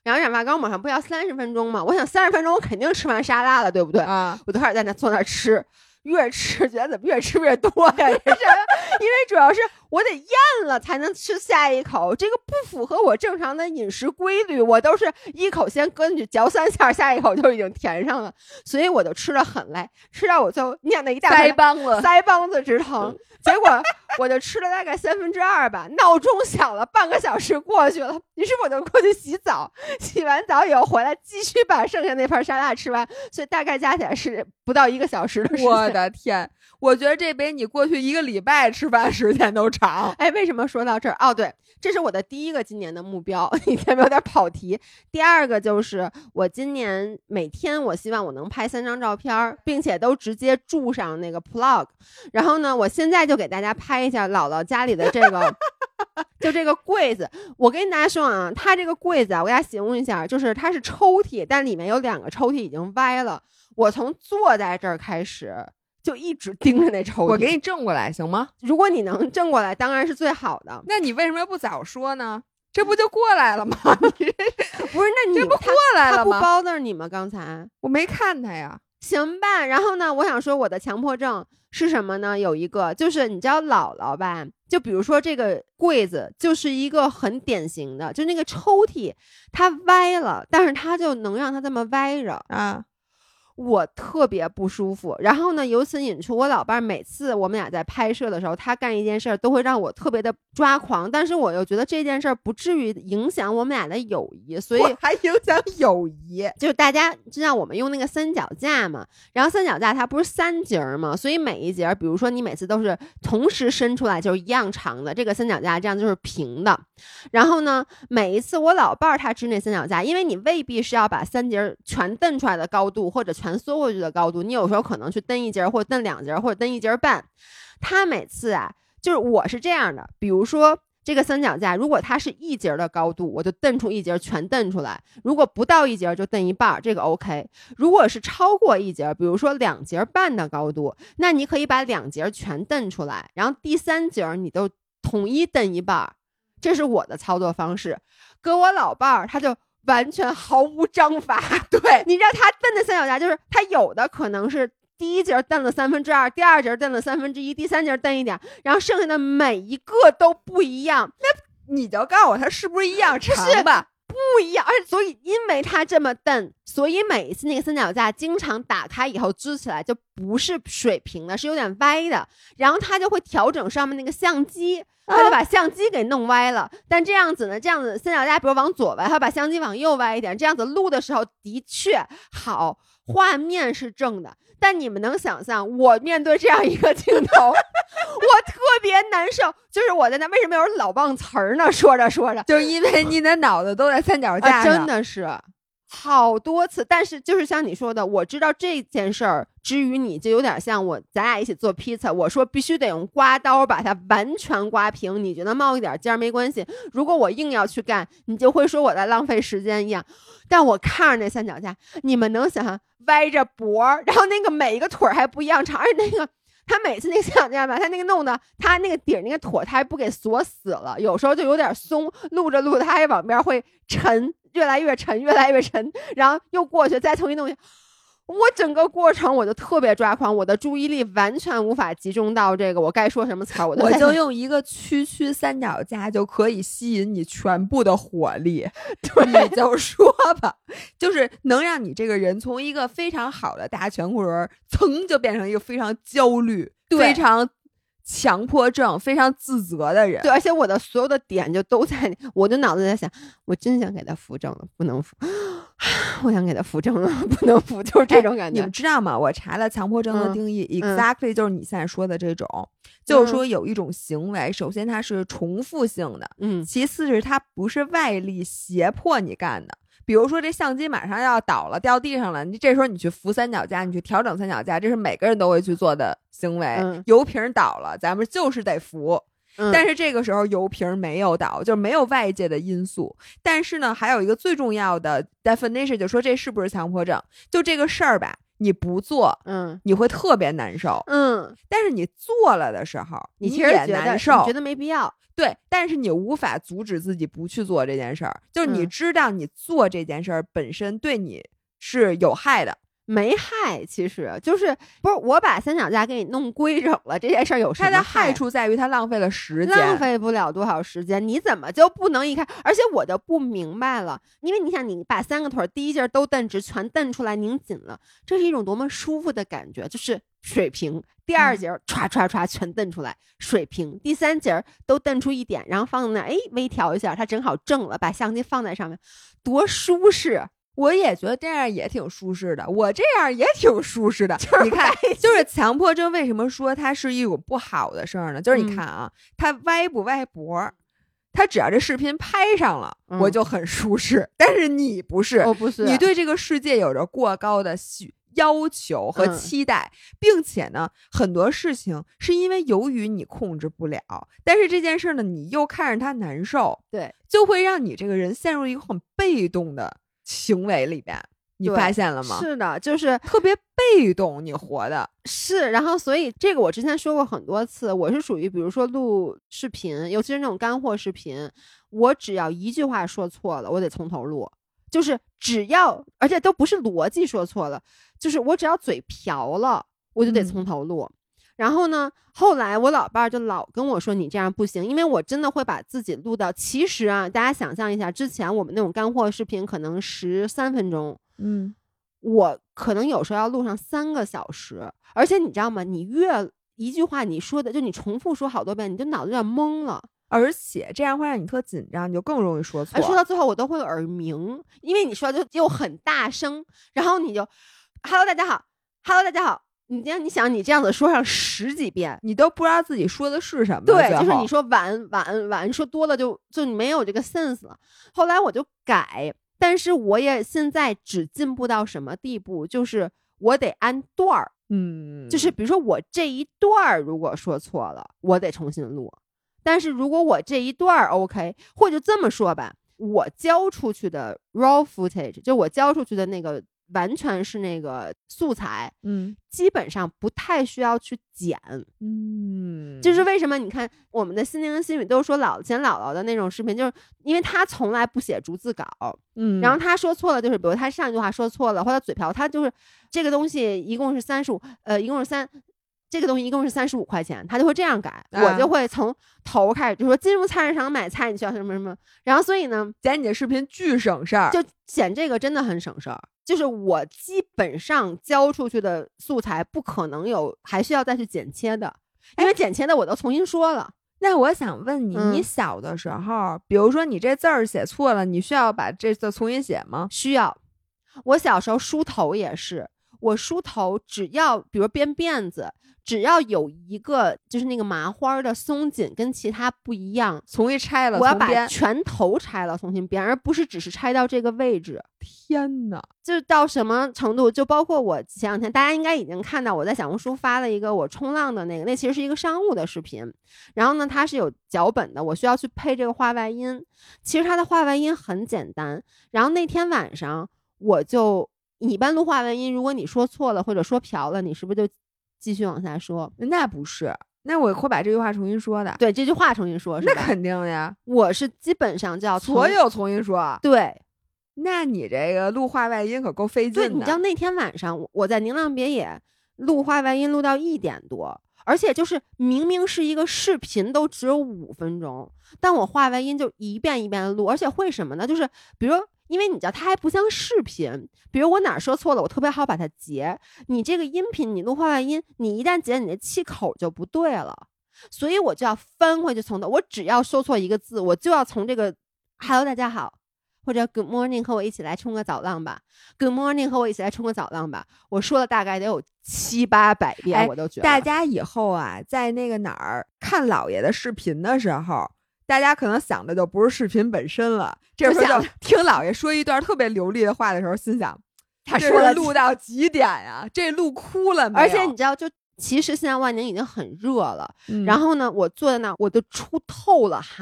然后染发膏马上不要30分钟嘛，我想30分钟我肯定吃完沙拉了，对不对啊？ 我就开始在那坐那吃，越吃觉得怎么越吃越多呀？因为主要是我得咽了才能吃下一口，这个不符合我正常的饮食规律，我都是一口先搁进去嚼3下，下一口就已经填上了，所以我就吃得很累，吃到我就念了一大腮帮子直疼。结果我就吃了大概2/3吧，闹钟响了，半个小时过去了，于是我就过去洗澡，洗完澡以后回来继续把剩下那盘沙拉吃完，所以大概加起来是不到1个小时的时间。 我的天，我觉得这比你过去1个礼拜吃饭时间都长。 哎，为什么说到这儿？哦，对，这是我的第一个今年的目标，你前面有点跑题。第二个就是我今年每天我希望我能拍3张照片，并且都直接注上那个 plug。然后呢，我现在就给大家拍一下姥姥家里的这个就这个柜子。我跟大家说啊，它这个柜子啊，我给大家形容一下，就是它是抽屉，但里面有2个抽屉已经歪了。我从坐在这儿开始就一直盯着那抽屉。 我给你正过来行吗？ 如果你能正过来当然是最好的。 那你为什么不早说呢？这不就过来了吗？你不是，那你这不过来了吗？ 他不包那儿你吗？刚才我没看他呀。 行吧，然后呢，我想说我的强迫症是什么呢？有一个就是你知道姥姥吧，就比如说这个柜子就是一个很典型的，就那个抽屉它歪了，但是它就能让它这么歪着啊。 我特别不舒服，然后呢，由此引出我老伴每次我们俩在拍摄的时候，他干一件事都会让我特别的抓狂，但是我又觉得这件事不至于影响我们俩的友谊，所以还影响友谊。 就是大家知道我们用那个三脚架嘛，然后三脚架它不是3节嘛，所以每一节，比如说你每次都是同时伸出来就是一样长的，这个三脚架这样就是平的。然后呢，每一次我老伴儿他支那三脚架，因为你未必是要把3节全蹬出来的高度或者全缩回去的高度，你有时候可能去蹬1节或者蹬2节或者蹬1节半。他每次啊，就是我是这样的，比如说这个三脚架如果它是1节的高度，我就蹬出1节全蹬出来，如果不到1节就蹬一半，这个 OK。 如果是超过1节，比如说2节半的高度，那你可以把2节全蹬出来，然后第3节你都统一蹬一半，这是我的操作方式。搁我老伴儿他就完全毫无章法。对，你知道他蹬的三脚架就是他有的可能是第1节蹬了2/3，第2节蹬了1/3，第3节蹬1点，然后剩下的每一个都不一样。 那你就告诉我它是不是一样长吧？ 不一样，而且所以因为他这么蹬，所以每一次那个三脚架经常打开以后支起来就不是水平的，是有点歪的，然后他就会调整上面那个相机，他就把相机给弄歪了。但这样子呢，这样子三脚架比如往左歪，他把相机往右歪一点，这样子录的时候的确好，画面是正的。但你们能想象我面对这样一个镜头我特别难受，就是我在那为什么有人老忘词儿呢？说着说着， 就是因为你的脑子都在三脚架上， 真的是好多次。但是就是像你说的，我知道这件事儿之于你就有点像咱俩一起做披萨，我说必须得用刮刀把它完全刮平，你觉得冒一点尖没关系，如果我硬要去干，你就会说我在浪费时间一样。但我看着那三脚架，你们能想象歪着脖，然后那个每一个腿还不一样长，而且那个他每次那个三脚架吧，他那个弄的，他那个底儿那个腿他还不给锁死了，有时候就有点松，录着录着他还往边会沉，越来越沉，越来越沉，然后又过去再重新弄下。我整个过程我就特别抓狂，我的注意力完全无法集中到这个我该说什么词儿， 我就用一个区三脚架就可以吸引你全部的火力。你就说吧，就是能让你这个人从一个非常好的大全国人噌就变成一个非常焦虑、非常强迫症、非常自责的人。 对，而且我的所有的点就都在，我的脑子在想，我真想给他扶正了，不能扶。我想给他扶正了，不能扶，就是这种感觉。 你们知道吗？我查了强迫症的定义，exactly 就是你现在说的这种，就是说有一种行为，首先它是重复性的，其次是它不是外力胁迫你干的。比如说这相机马上要倒了，掉地上了，你这时候你去扶三脚架，你去调整三脚架，这是每个人都会去做的行为。油瓶倒了，咱们就是得扶。但是这个时候油瓶没有倒，就是没有外界的因素。但是呢，还有一个最重要的 definition， 就说这是不是强迫症？就这个事儿吧， 你不做，你会特别难受，但是你做了的时候， 你其实也难受， 你觉得没必要， 对，但是你无法阻止自己不去做这件事儿，就是你知道你做这件事儿本身对你是有害的。 没害，其实就是不是我把三脚架给你弄规整了，这件事儿有什么害？ 它的害处在于它浪费了时间， 浪费不了多少时间，你怎么就不能一开？而且我就不明白了，因为你想，你把3个腿第一节都蹬直，全蹬出来拧紧了，这是一种多么舒服的感觉，就是水平。第2节歘歘歘全蹬出来，水平。第3节都蹬出一点，然后放在那儿，哎，微调一下，它正好正了，把相机放在上面，多舒适。 我也觉得这样也挺舒适的，我这样也挺舒适的。你看，就是强迫症为什么说它是一种不好的事儿呢？就是你看啊，它歪不歪脖，它只要这视频拍上了，我就很舒适。但是你不是， 我不是， 你对这个世界有着过高的要求和期待，并且呢，很多事情是因为由于你控制不了，但是这件事呢，你又看着它难受， 对， 就会让你这个人陷入一个很被动的行为里边，你发现了吗？ 是的，就是特别被动，你活的是。然后所以这个我之前说过很多次，我是属于比如说录视频，尤其是那种干货视频，我只要一句话说错了，我得从头录，就是只要，而且都不是逻辑说错了，就是我只要嘴瓢了，我就得从头录。然后呢，后来我老伴儿就老跟我说你这样不行，因为我真的会把自己录到，其实啊，大家想象一下，之前我们那种干货视频可能13分钟，我可能有时候要录上3个小时，而且你知道吗？你越一句话你说的，就你重复说好多遍，你就脑子有点懵了， 而且这样会让你特紧张，你就更容易说错。 说到最后我都会耳鸣，因为你说就又很大声，然后你就 Hello 大家好 Hello 大家好，你想你这样子说上10几遍， 你都不知道自己说的是什么。 对，就是你说晚说多了就你没有这个 sense 了。后来我就改，但是我也现在只进步到什么地步，就是我得按段儿，就是比如说我这一段如果说错了，我得重新录。但是如果我这一段 OK， 或者这么说吧，我交出去的 raw footage， 就我交出去的那个完全是那个素材，基本上不太需要去剪，就是为什么你看我们的心灵心语都说前姥姥的那种视频，就是因为他从来不写逐字稿，然后他说错了，就是比如他上一句话说错了，或者嘴瓢，他就是这个东西一共是这个东西一共是35块钱，他就会这样改，我就会从头开始，就说进入菜市场买菜，你需要什么什么，然后所以呢， 剪你的视频巨省事儿， 就剪这个真的很省事儿。就是我基本上交出去的素材不可能有还需要再去剪切的，因为剪切的我都重新说了。 那我想问你，你小的时候，比如说你这字儿写错了，你需要把这字重新写吗？ 需要。我小时候梳头也是，我梳头只要比如编辫子，只要有一个就是那个麻花的松紧跟其他不一样， 重新拆了， 我要把全头拆了重新编，而不是只是拆到这个位置。 天哪， 就到什么程度，就包括我前两天大家应该已经看到我在小红书发了一个我冲浪的那其实是一个商务的视频，然后呢它是有脚本的，我需要去配这个话外音，其实它的话外音很简单，然后那天晚上你一般录话外音，如果你说错了或者说瓢了，你是不是就继续往下说？ 那不是，那我会把这句话重新说的。 对，这句话重新说是吧？ 那肯定的呀， 我是基本上就要所有重新说。 对， 那你这个录话外音可够费劲的。 对，你知道那天晚上我在宁浪别野录话外音录到1点多，而且就是明明是一个视频都只有5分钟，但我话外音就一遍一遍的录，而且会什么呢？就是比如因为你知道它还不像视频，比如我哪说错了，我特别好把它截。你这个音频你录话外音，你一旦截，你的气口就不对了，所以我就要翻回去从头。我只要说错一个字，我就要从这个 Hello 大家好，或者 Good morning 和我一起来冲个早浪吧 ，Good morning 和我一起来冲个早浪吧。我说了大概得有700-800遍，我都觉得。 大家以后啊，在那个哪儿看姥爷的视频的时候，大家可能想的就不是视频本身了，这时候就听姥爷说一段特别流利的话的时候，心想他说了录到几点呀？这录哭了没有？ 而且你知道，就其实现在万宁已经很热了，然后呢，我坐在那儿我都出透了汗，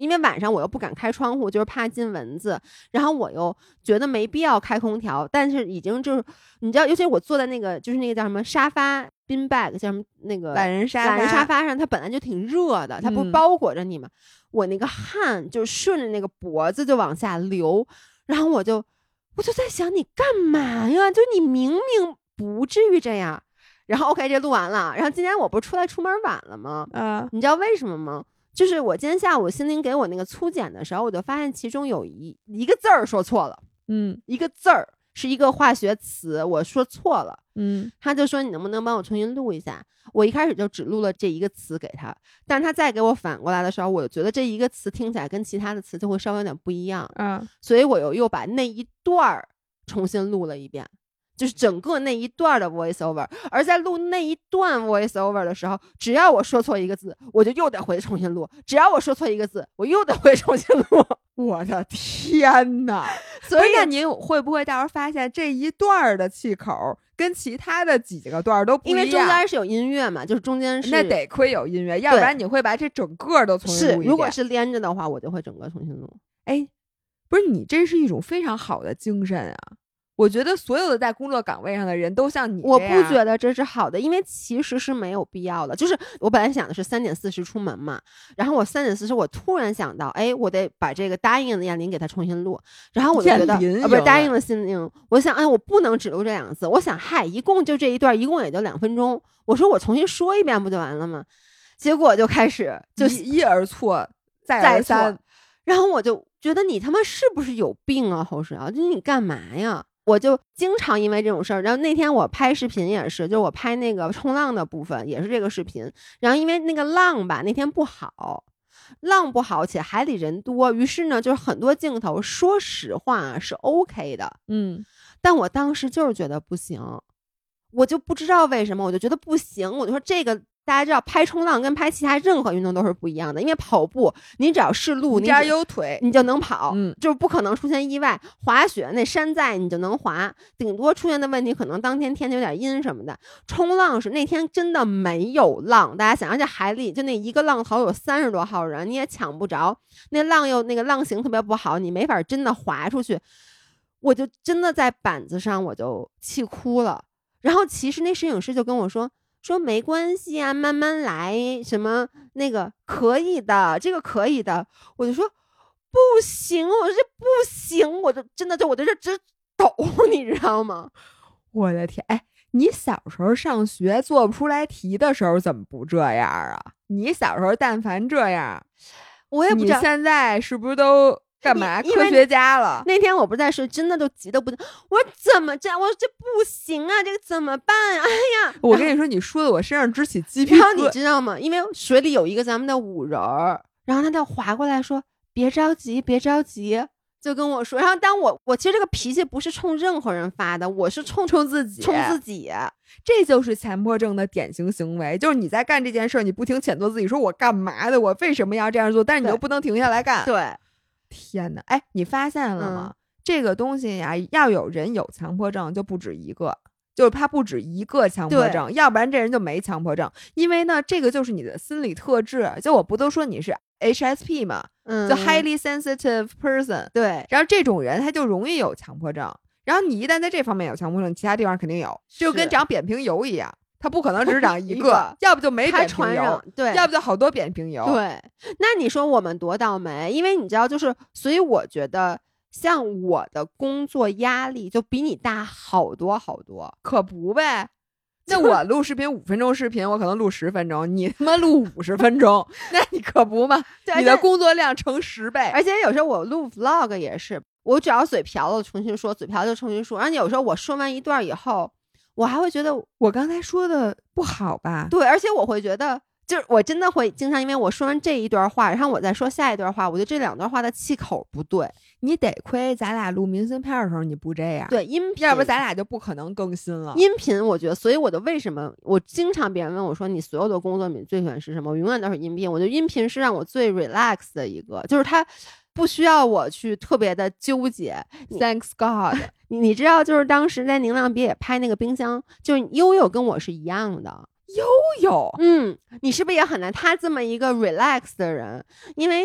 因为晚上我又不敢开窗户，就是怕进蚊子，然后我又觉得没必要开空调，但是已经就是你知道，尤其是我坐在那个就是那个叫什么沙发 bean bag 叫什么那个懒人沙发上，它本来就挺热的，它不包裹着你吗？我那个汗就顺着那个脖子就往下流，然后我就在想你干嘛呀？就你明明不至于这样。然后 OK 这录完了，然后今天我不是出门晚了吗？你知道为什么吗？就是我今天下午心灵给我那个粗简的时候，我就发现其中有一个字儿说错了，一个字儿是一个化学词，我说错了，他就说你能不能帮我重新录一下？我一开始就只录了这一个词给他，但是他再给我反过来的时候，我觉得这一个词听起来跟其他的词就会稍微有点不一样，所以我又把那一段重新录了一遍。就是整个那一段的 voice over， 而在录那一段 voice over 的时候，只要我说错一个字，我就又得回去重新录；只要我说错一个字，我又得回去重新录。 我的天哪！所以那您会不会到时候发现这一段的气口跟其他的几个段都不一样？ 因为中间是有音乐嘛，就是中间是那得亏有音乐，要不然你会把这整个都重新录一遍。 是，如果是连着的话，我就会整个重新录。 哎，不是你这是一种非常好的精神啊！我觉得所有的在工作岗位上的人都像你这样。 我不觉得这是好的，因为其实是没有必要的。就是我本来想的是3点40出门嘛，然后我3点40我突然想到，哎，我得把这个答应的燕玲给他重新录，然后我就觉得不是答应了心灵，我想哎，我不能只录这2次，我想嗨，一共就这一段，一共也就2分钟，我说我重新说一遍不就完了吗？结果就开始就一而错再而三， 然后我就觉得你他妈是不是有病啊，侯世瑶，就是你干嘛呀？我就经常因为这种事儿，然后那天我拍视频也是，就我拍那个冲浪的部分也是这个视频，然后因为那个浪吧那天不好，浪不好且海里人多，于是呢就是很多镜头说实话是 OK 的，但我当时就是觉得不行，我就不知道为什么，我就觉得不行，我就说这个大家知道拍冲浪跟拍其他任何运动都是不一样的，因为跑步你只要是路， 你只要有腿你就能跑，就是不可能出现意外。滑雪那山在你就能滑，顶多出现的问题可能当天天气有点阴什么的。冲浪是那天真的没有浪，大家想象这海里就那一个浪头有30多号人，你也抢不着，那浪又那个浪形特别不好，你没法真的滑出去。我就真的在板子上我就气哭了，然后其实那摄影师就跟我说没关系啊，慢慢来，什么那个可以的，这个可以的。我就说不行，我这不行，我就真的就我这直抖，你知道吗？ 我的天，哎，你小时候上学做不出来题的时候怎么不这样啊？你小时候但凡这样， 我也不知道你现在是不是都干嘛科学家了？ 那天我不是在说，真的都急得不行。我说怎么这样？我说这不行啊，这个怎么办啊？哎呀， 我跟你说，你说的我身上直起鸡皮疙瘩。 然后你知道吗？因为水里有一个咱们的舞人儿，然后他就划过来说：“别着急，别着急。”就跟我说。然后当我其实这个脾气不是冲任何人发的，我是冲自己， 这就是强迫症的典型行为，就是你在干这件事，你不停谴责自己，说我干嘛的，我为什么要这样做？但是你又不能停下来干。 对。 天哪！哎，你发现了吗？这个东西呀，要有人有强迫症就不止一个，就是他不止一个强迫症，要不然这人就没强迫症。因为呢，这个就是你的心理特质。就我不都说你是 HSP 嘛，就 highly sensitive person。 对， 然后这种人他就容易有强迫症。然后你一旦在这方面有强迫症，其他地方肯定有，就跟长扁平疣一样。它不可能只长一个，要不就没扁平疣， 对， 要不就好多扁平疣。 对，那你说我们多倒霉？因为你知道，就是所以我觉得，像我的工作压力就比你大好多好多， 可不呗？那我录视频5分钟视频，我可能录10分钟，你他妈录50分钟，那你可不嘛？你的工作量乘10倍。 而且有时候我录 vlog 也是，我只要嘴瓢了重新说，嘴瓢就重新说。然后有时候我说完一段以后，我还会觉得我刚才说的不好吧？ 对，而且我会觉得，就是我真的会经常因为我说完这一段话，然后我再说下一段话，我觉得这2段话的气口不对。 你得亏咱俩录明信片的时候你不这样， 对，音频， 要不咱俩就不可能更新了。 音频我觉得，所以我的为什么我经常别人问我说你所有的工作你最喜欢是什么，我永远都是音频。我觉得音频是让我最 relax 的一个，就是它不需要我去特别的纠结。 Thanks God 你知道，就是当时在宁浪别野拍那个冰箱，就是悠悠跟我是一样的。 悠悠， 你是不是也很难？他这么一个 relax 的人，因为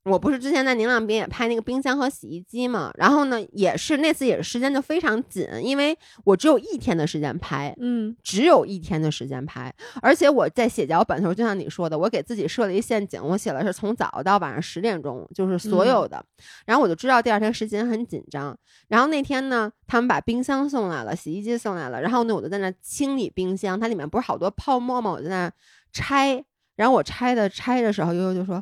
我不是之前在宁浪边也拍那个冰箱和洗衣机嘛，然后呢也是那次也是时间就非常紧，因为我只有1天的时间拍，只有1天的时间拍，而且我在写脚本的时候就像你说的，我给自己设了一陷阱，我写的是从早到晚上10点钟就是所有的，然后我就知道第2天时间很紧张，然后那天呢他们把冰箱送来了，洗衣机送来了，然后呢我就在那清理冰箱，它里面不是好多泡沫吗，我在那拆，然后我拆的时候悠悠就说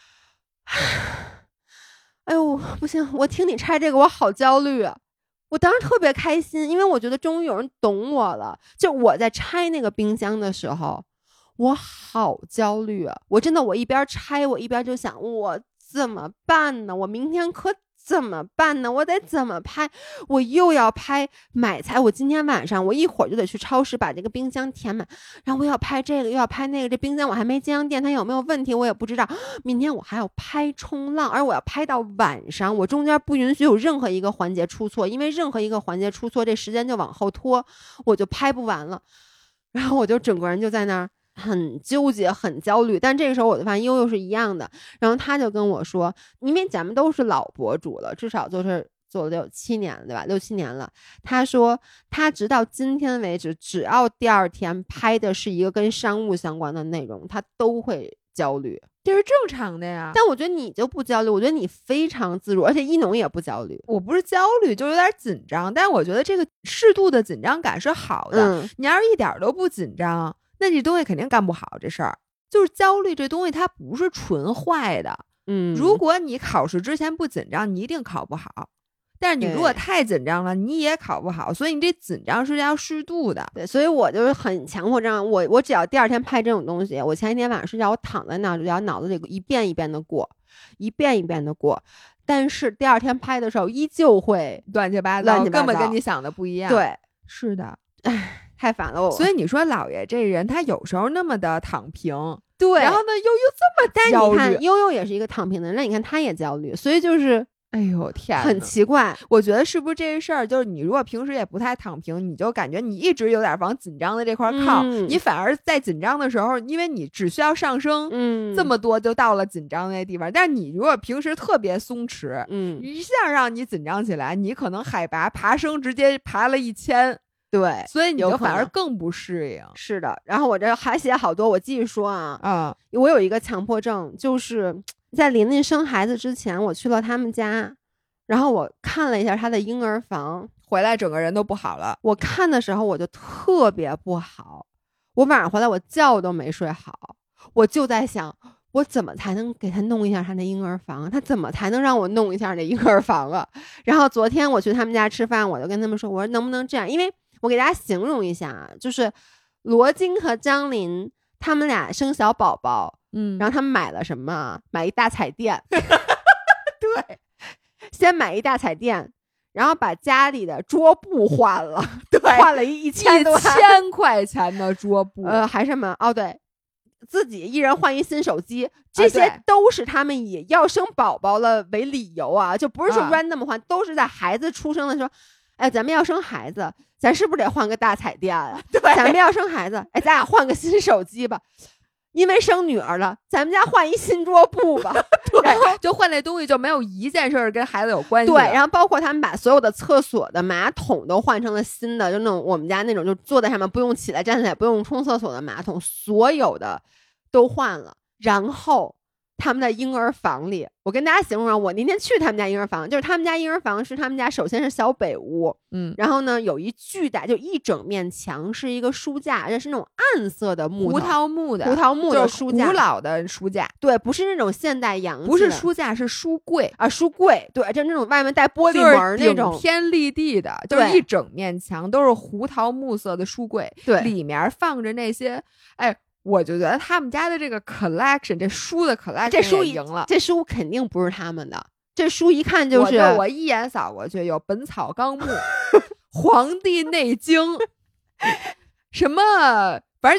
哎呦不行，我听你拆这个我好焦虑啊。我当时特别开心，因为我觉得终于有人懂我了，就我在拆那个冰箱的时候我好焦虑啊，我真的我一边拆我一边就想我怎么办呢，我明天可怎么办呢？我得怎么拍？我又要拍买菜，我今天晚上我一会儿就得去超市把这个冰箱填满，然后我要拍这个又要拍那个，这冰箱我还没接上电，它有没有问题我也不知道。明天我还要拍冲浪，而我要拍到晚上，我中间不允许有任何一个环节出错，因为任何一个环节出错，这时间就往后拖，我就拍不完了。然后我就整个人就在那儿很纠结很焦虑，但这个时候我就发现悠悠是一样的，然后他就跟我说，因为咱们都是老博主了，至少就是做了有7年了，对吧？6、7年了。他说他直到今天为止，只要第2天拍的是一个跟商务相关的内容，他都会焦虑， 这是正常的呀。 但我觉得你就不焦虑，我觉得你非常自如，而且一农也不焦虑。 我不是焦虑，就有点紧张，但是我觉得这个适度的紧张感是好的。你要是一点都不紧张，那这东西肯定干不好。这事儿就是焦虑，这东西它不是纯坏的。如果你考试之前不紧张，你一定考不好。但是你如果太紧张了，你也考不好。所以你这紧张是要适度的。 对，所以我就是很强迫症。我只要第2天拍这种东西，我前一天晚上睡觉，我躺在那儿就要脑子里一遍一遍的过，一遍一遍的过。但是第2天拍的时候，依旧会乱七八糟，根本跟你想的不一样。 对， 是的， 唉。太烦了我。 所以你说姥爷这人他有时候那么的躺平， 对， 然后呢悠悠这么焦虑。 但你看悠悠也是一个躺平的人，那你看他也焦虑，所以就是哎呦天， 很奇怪。 我觉得是不是这个事儿，就是你如果平时也不太躺平，你就感觉你一直有点往紧张的这块靠，你反而在紧张的时候，因为你只需要上升这么多就到了紧张那地方。但是你如果平时特别松弛，一下让你紧张起来，你可能海拔爬升直接爬了1000。 对， 所以你就反而更不适应。 是的，然后我这还写好多，我继续说啊，我有一个强迫症，就是在琳琳生孩子之前，我去了他们家，然后我看了一下他的婴儿房， 回来整个人都不好了。 我看的时候我就特别不好，我晚上回来我觉都没睡好，我就在想，我怎么才能给他弄一下他的婴儿房？他怎么才能让我弄一下那婴儿房啊？然后昨天我去他们家吃饭，我就跟他们说，我说能不能这样？因为我给大家形容一下，就是罗京和张琳他们俩生小宝宝，然后他们买了什么？买一大彩电，对，先买一大彩电，然后把家里的桌布换了，对，换了1000 块钱的桌布， 还什么？哦，对。自己一人换一新手机，这些都是他们以要生宝宝了为理由啊，就不是说 random 换，都是在孩子出生的时候，哎，咱们要生孩子，咱是不是得换个大彩电啊？对，咱们要生孩子，哎，咱俩换个新手机吧。因为生女儿了，咱们家换一新桌布吧。 对，就换那东西就没有一件事跟孩子有关系。 对，然后包括他们把所有的厕所的马桶都换成了新的，就那种我们家那种就坐在上面不用起来站起来不用冲厕所的马桶，所有的都换了。然后他们的婴儿房里，我跟大家形容啊，我那天去他们家婴儿房，就是他们家婴儿房是他们家首先是小北屋，然后呢有一巨大，就一整面墙是一个书架，而且是那种暗色的木头， 胡桃木的书架， 古老的书架， 对，不是那种现代洋气， 不是书架，是书柜啊，书柜，对，就那种外面带玻璃门那种， 顶天立地的，就是一整面墙都是胡桃木色的书柜， 对， 里面放着那些，哎。我就觉得他们家的这个 collection， 这书的 collection， 这书赢了。 这书肯定不是他们的，这书一看就是我一眼扫过去，有《本草纲目》《黄帝内经》，什么，反正就是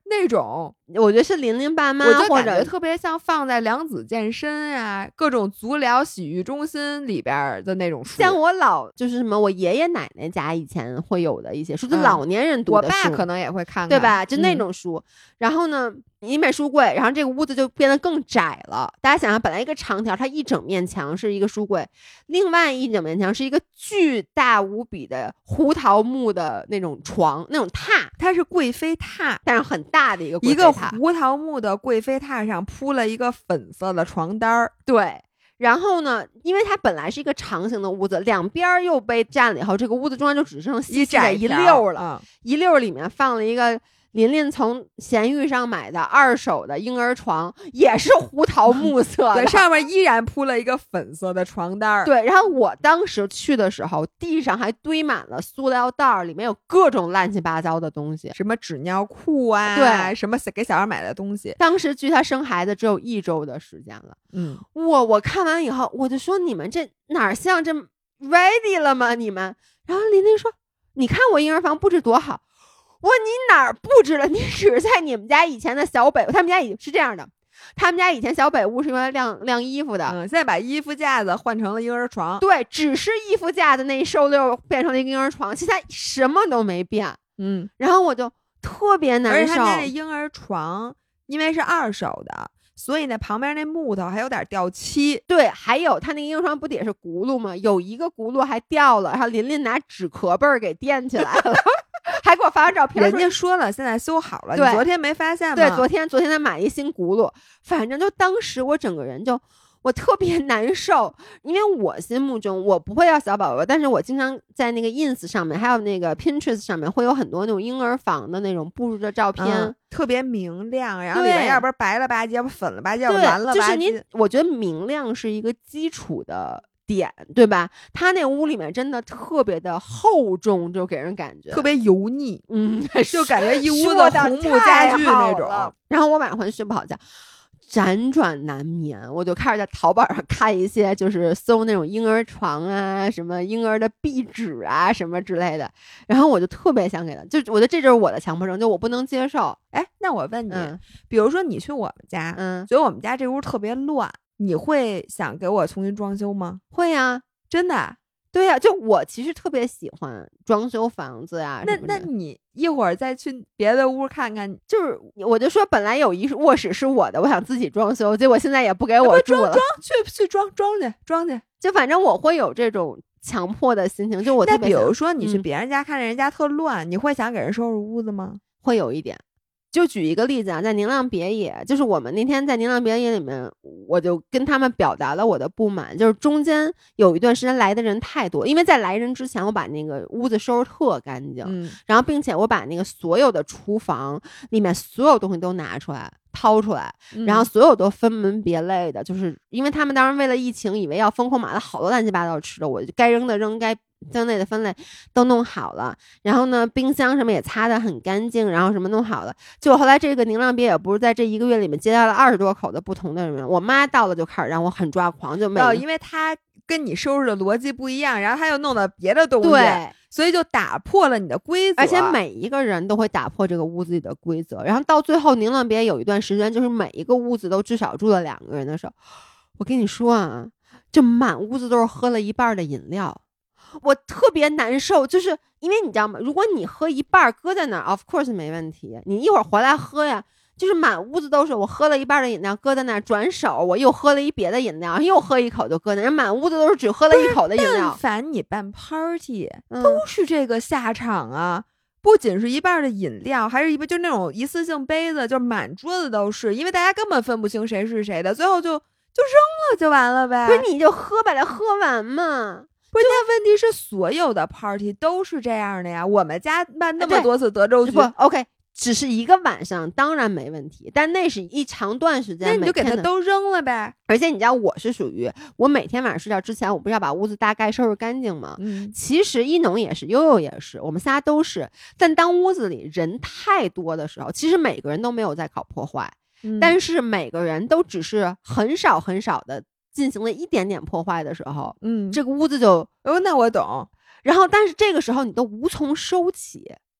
那种， 我觉得是琳琳爸妈， 我就感觉特别像放在良子健身啊、各种足疗洗浴中心里边的那种书。 像我就是什么，我爷爷奶奶家以前会有的一些书，就老年人读的书， 我爸可能也会看看， 对吧？就那种书。然后呢，一面书柜，然后这个屋子就变得更窄了。大家想想，本来一个长条，它一整面墙是一个书柜，另外一整面墙是一个巨大无比的胡桃木的那种床，那种榻， 它是贵妃榻， 但是很大的一个贵妃榻， 一个胡桃木的贵妃榻上铺了一个粉色的床单儿， 对。然后呢，因为它本来是一个长形的屋子，两边又被占了以后，这个屋子中间就只剩细细的一溜了，一溜里面放了一个琳琳从闲鱼上买的2手的婴儿床，也是胡桃木色的， 对，上面依然铺了一个粉色的床单。 对，然后我当时去的时候，地上还堆满了塑料袋，里面有各种乱七八糟的东西， 什么纸尿裤啊， 对， 什么给小孩买的东西。 当时距他生孩子只有1周的时间了。我看完以后，我就说你们这哪像这 ready 了吗？你们？然后琳琳说：“你看我婴儿房布置多好。”我说你哪儿布置了？你只是在你们家以前的小北，他们家是这样的，他们家以前小北屋是用来晾衣服的， 现在把衣服架子换成了婴儿床。 对，只是衣服架子那一收溜变成了一个婴儿床，其他什么都没变。然后我就特别难受。 而且他家那婴儿床因为是2手的，所以那旁边那木头还有点掉漆。 对，还有他那个婴儿床不也是轱辘吗？有一个轱辘还掉了，然后琳琳拿纸壳背给垫起来了。还给我发张照片， 人家说了现在修好了，你昨天没发现吗？ 对，昨天他买一新轱辘，反正就当时我整个人我特别难受，因为我心目中我不会要小宝宝，但是我经常在那个 ins 上面还有那个 Pinterest 上面会有很多那种婴儿房的那种布置的照片， 特别明亮，然后里面要不是白了吧唧，要不粉了吧唧，要不蓝了吧唧。 就是我觉得明亮是一个基础的点，对吧？他那屋里面真的特别的厚重，就给人感觉特别油腻，就感觉一屋的红木家具那种。 然后我晚上回去睡不好觉，辗转难眠，我就开始在淘宝上看一些，就是搜那种婴儿床啊，什么婴儿的壁纸啊，什么之类的。然后我就特别想给他，就我觉得这就是我的强迫症，就我不能接受。 哎，那我问你，比如说你去我们家，觉得我们家这屋特别乱，你会想给我重新装修吗？ 会呀， 真的。 对呀，就我其实特别喜欢装修房子呀。 那你一会儿再去别的屋看看。 就是我就说本来有一卧室是我的，我想自己装修，结果现在也不给我住了。 去装去。 就反正我会有这种强迫的心情。就我特别那比如说你去别人家看人家特乱，你会想给人收拾屋子吗？ 会有一点。就举一个例子啊，在宁浪别野，就是我们那天在宁浪别野里面，我就跟他们表达了我的不满，就是中间有一段时间来的人太多，因为在来人之前我把那个屋子收拾特干净，然后并且我把那个所有的厨房里面所有东西都拿出来掏出来，然后所有都分门别类的，就是因为他们当时为了疫情以为要风控买了好多乱七八糟吃的，我就该扔的扔，该分类的分类都弄好了，然后呢冰箱什么也擦得很干净，然后什么弄好了。结果后来这个宁浪别也不是在这1个月里面接待了20多口的不同的人，我妈到了就开始让我很抓狂，就因为她跟你收拾的逻辑不一样，然后她又弄到别的东西， 对， 所以就打破了你的规则， 而且每一个人都会打破这个屋子里的规则。然后到最后宁浪别有一段时间就是每一个屋子都至少住了2个人的时候，我跟你说啊，就满屋子都是喝了一半的饮料，我特别难受。就是因为你知道吗，如果你喝一半搁在那儿 of course 没问题，你一会儿回来喝呀，就是满屋子都是我喝了一半的饮料搁在那儿，转手我又喝了一别的饮料，又喝一口就搁那儿，满屋子都是只喝了一口的饮料。 但凡你办 party 都是这个下场啊，不仅是一半的饮料，还是就那种一次性杯子，就满桌子都是，因为大家根本分不清谁是谁的，最后就扔了就完了呗。 不是你就喝把它喝完嘛。 不是，但问题是所有的 party 都是这样的呀。我们家办那么多次德州局， 不 OK， 只是一个晚上当然没问题，但那是一长段时间， 那你就给它都扔了呗。 而且你知道我是属于我每天晚上睡觉之前，我不是要把屋子大概收拾干净吗？其实一农也是，悠悠也是，我们仨都是。但当屋子里人太多的时候，其实每个人都没有在搞破坏，但是每个人都只是很少很少的进行了一点点破坏的时候，这个屋子就那我懂。 然后但是这个时候你都无从收起，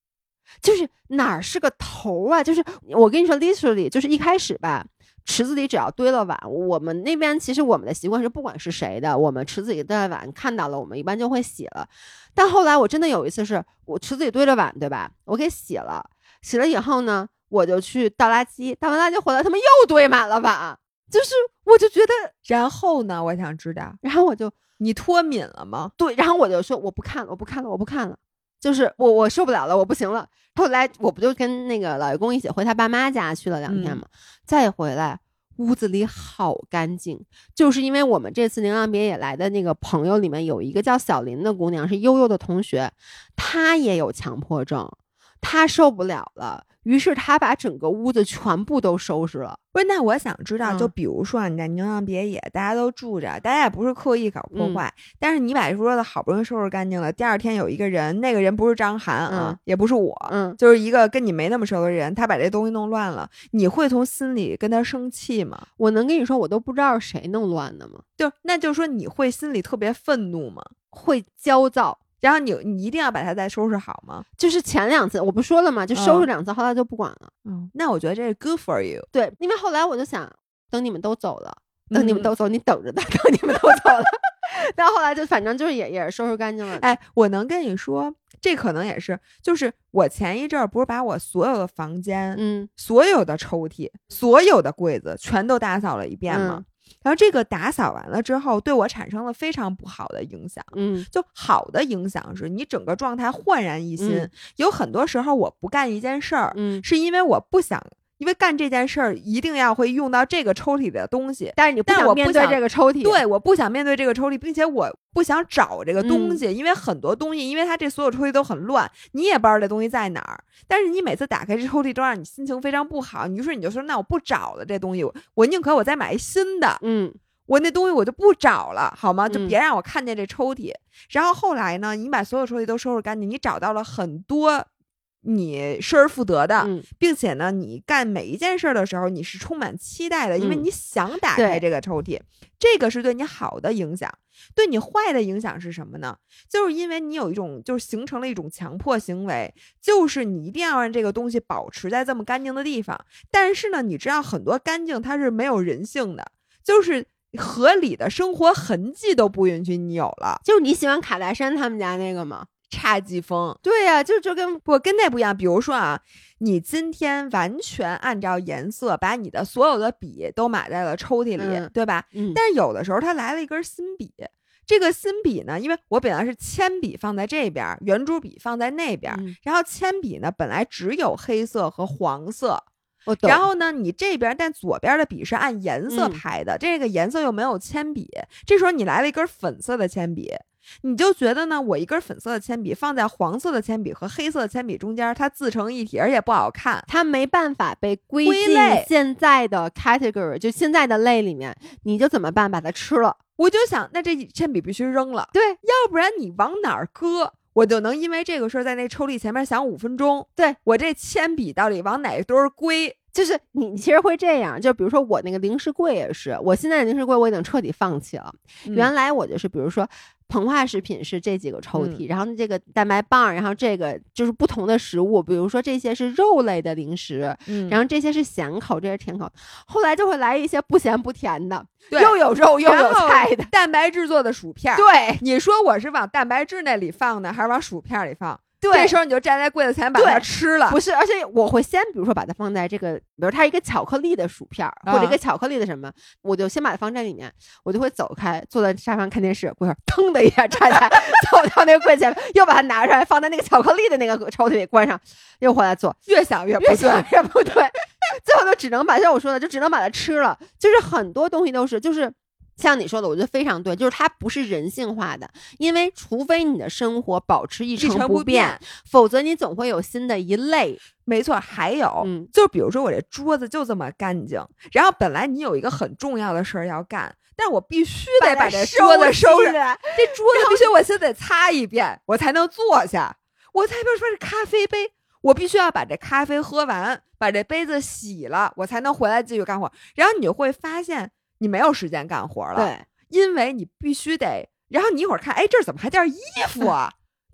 就是哪儿是个头啊？就是我跟你说 literally 就是一开始吧，池子里只要堆了碗，我们那边其实我们的习惯是不管是谁的，我们池子里堆了碗看到了，我们一般就会洗了。但后来我真的有一次是我池子里堆着碗，对吧？我给洗了以后呢，我就去倒垃圾，倒完垃圾回来，他们又堆满了碗，就是我就觉得， 然后呢，我想知道， 然后我就你脱敏了吗？ 对，然后我就说我不看了，就是我受不了了，我不行了。后来我不就跟那个老爷公一起回他爸妈家去了2天嘛，再回来。屋子里好干净，就是因为我们这次宁浪别野来的那个朋友里面有一个叫小林的姑娘，是悠悠的同学，她也有强迫症，她受不了了，于是她把整个屋子全部都收拾了。 不是，那我想知道，就比如说你在宁浪别野，大家都住着，大家也不是刻意搞破坏，但是你把这桌子好不容易收拾干净了，第二天有一个人，那个人不是张涵啊，也不是我，就是一个跟你没那么熟的人，他把这东西弄乱了，你会从心里跟他生气吗？ 我能跟你说，我都不知道谁弄乱的吗？ 那就是说你会心里特别愤怒吗？ 会焦躁。 然后你一定要把它再收拾好吗？ 就是前2次我不说了吗？就收拾2次，后来就不管了。 那我觉得这是 good for you。 对，因为后来我就想，等你们都走了，等你们都走，你等着的，等你们都走了。但后来就反正就是也是收拾干净了。 哎，我能跟你说，这可能也是，就是我前一阵儿不是把我所有的房间，所有的抽屉、所有的柜子全都打扫了一遍吗？然后这个打扫完了之后，对我产生了非常不好的影响。就好的影响是你整个状态焕然一新。有很多时候我不干一件事儿，是因为我不想。因为干这件事儿一定要会用到这个抽屉里的东西， 但是你不想面对这个抽屉。 对，我不想面对这个抽屉，并且我不想找这个东西，因为很多东西，因为它这所有抽屉都很乱，你也不知道这东西在哪儿。但是你每次打开这抽屉都让你心情非常不好，你就说那我不找了这东西，我宁可我再买一新的。我那东西我就不找了，好吗？就别让我看见这抽屉。然后后来呢，你把所有抽屉都收拾干净，你找到了很多你失而复得的，并且呢，你干每一件事的时候，你是充满期待的，因为你想打开这个抽屉，这个是对你好的影响。对你坏的影响是什么呢？就是因为你有一种，就是形成了一种强迫行为，就是你一定要让这个东西保持在这么干净的地方。但是呢，你知道很多干净它是没有人性的，就是合理的生活痕迹都不允许你有了。 就是你喜欢卡戴珊他们家那个吗？ 侘寂风。 对呀，就跟那不一样。比如说啊，你今天完全按照颜色把你的所有的笔都码在了抽屉里，对吧？但是有的时候他来了一根新笔，这个新笔呢，因为我本来是铅笔放在这边，圆珠笔放在那边，然后铅笔呢本来只有黑色和黄色。然后呢，你这边但左边的笔是按颜色排的，这个颜色又没有铅笔，这时候你来了一根粉色的铅笔，你就觉得呢，我一根粉色的铅笔放在黄色的铅笔和黑色的铅笔中间，它自成一体，而且不好看， 它没办法被归进现在的 category， 就现在的类里面，你就怎么办？把它吃了。 我就想，那这铅笔必须扔了， 对， 要不然你往哪儿搁？我就能因为这个事儿在那抽屉前面想5分钟， 对，我这铅笔到底往哪堆儿归？ 就是你其实会这样，就比如说我那个零食柜也是，我现在的零食柜我已经彻底放弃了。原来我就是比如说膨化食品是这几个抽屉，然后这个蛋白棒，然后这个就是不同的食物，比如说这些是肉类的零食，然后这些是咸口，这些是甜口。后来就会来一些不咸不甜的，又有肉又有菜的蛋白质做的薯片。 对， 你说我是往蛋白质那里放呢，还是往薯片里放？ 对， 这时候你就站在柜子前把它吃了。 不是，而且我会先比如说把它放在这个，比如它一个巧克力的薯片，或者一个巧克力的什么，我就先把它放在里面，我就会走开，坐在沙发上看电视，过会儿腾的一下站起来，走到那个柜前，又把它拿出来放在那个巧克力的那个抽屉里，关上，又回来做， 越想越不对， 最后就只能把像我说的，就只能把它吃了。就是很多东西都是，就是像你说的，我觉得非常对，就是它不是人性化的，因为除非你的生活保持一成不变，否则你总会有新的一类。 没错，还有，就比如说我这桌子就这么干净，然后本来你有一个很重要的事儿要干，但是我必须得把这桌子收拾，这桌子必须我先得擦一遍，我才能坐下。我才比如说这咖啡杯，我必须要把这咖啡喝完，把这杯子洗了，我才能回来继续干活。然后你就会发现你没有时间干活了， 对， 因为你必须得，然后你一会儿看，哎，这儿怎么还件衣服啊？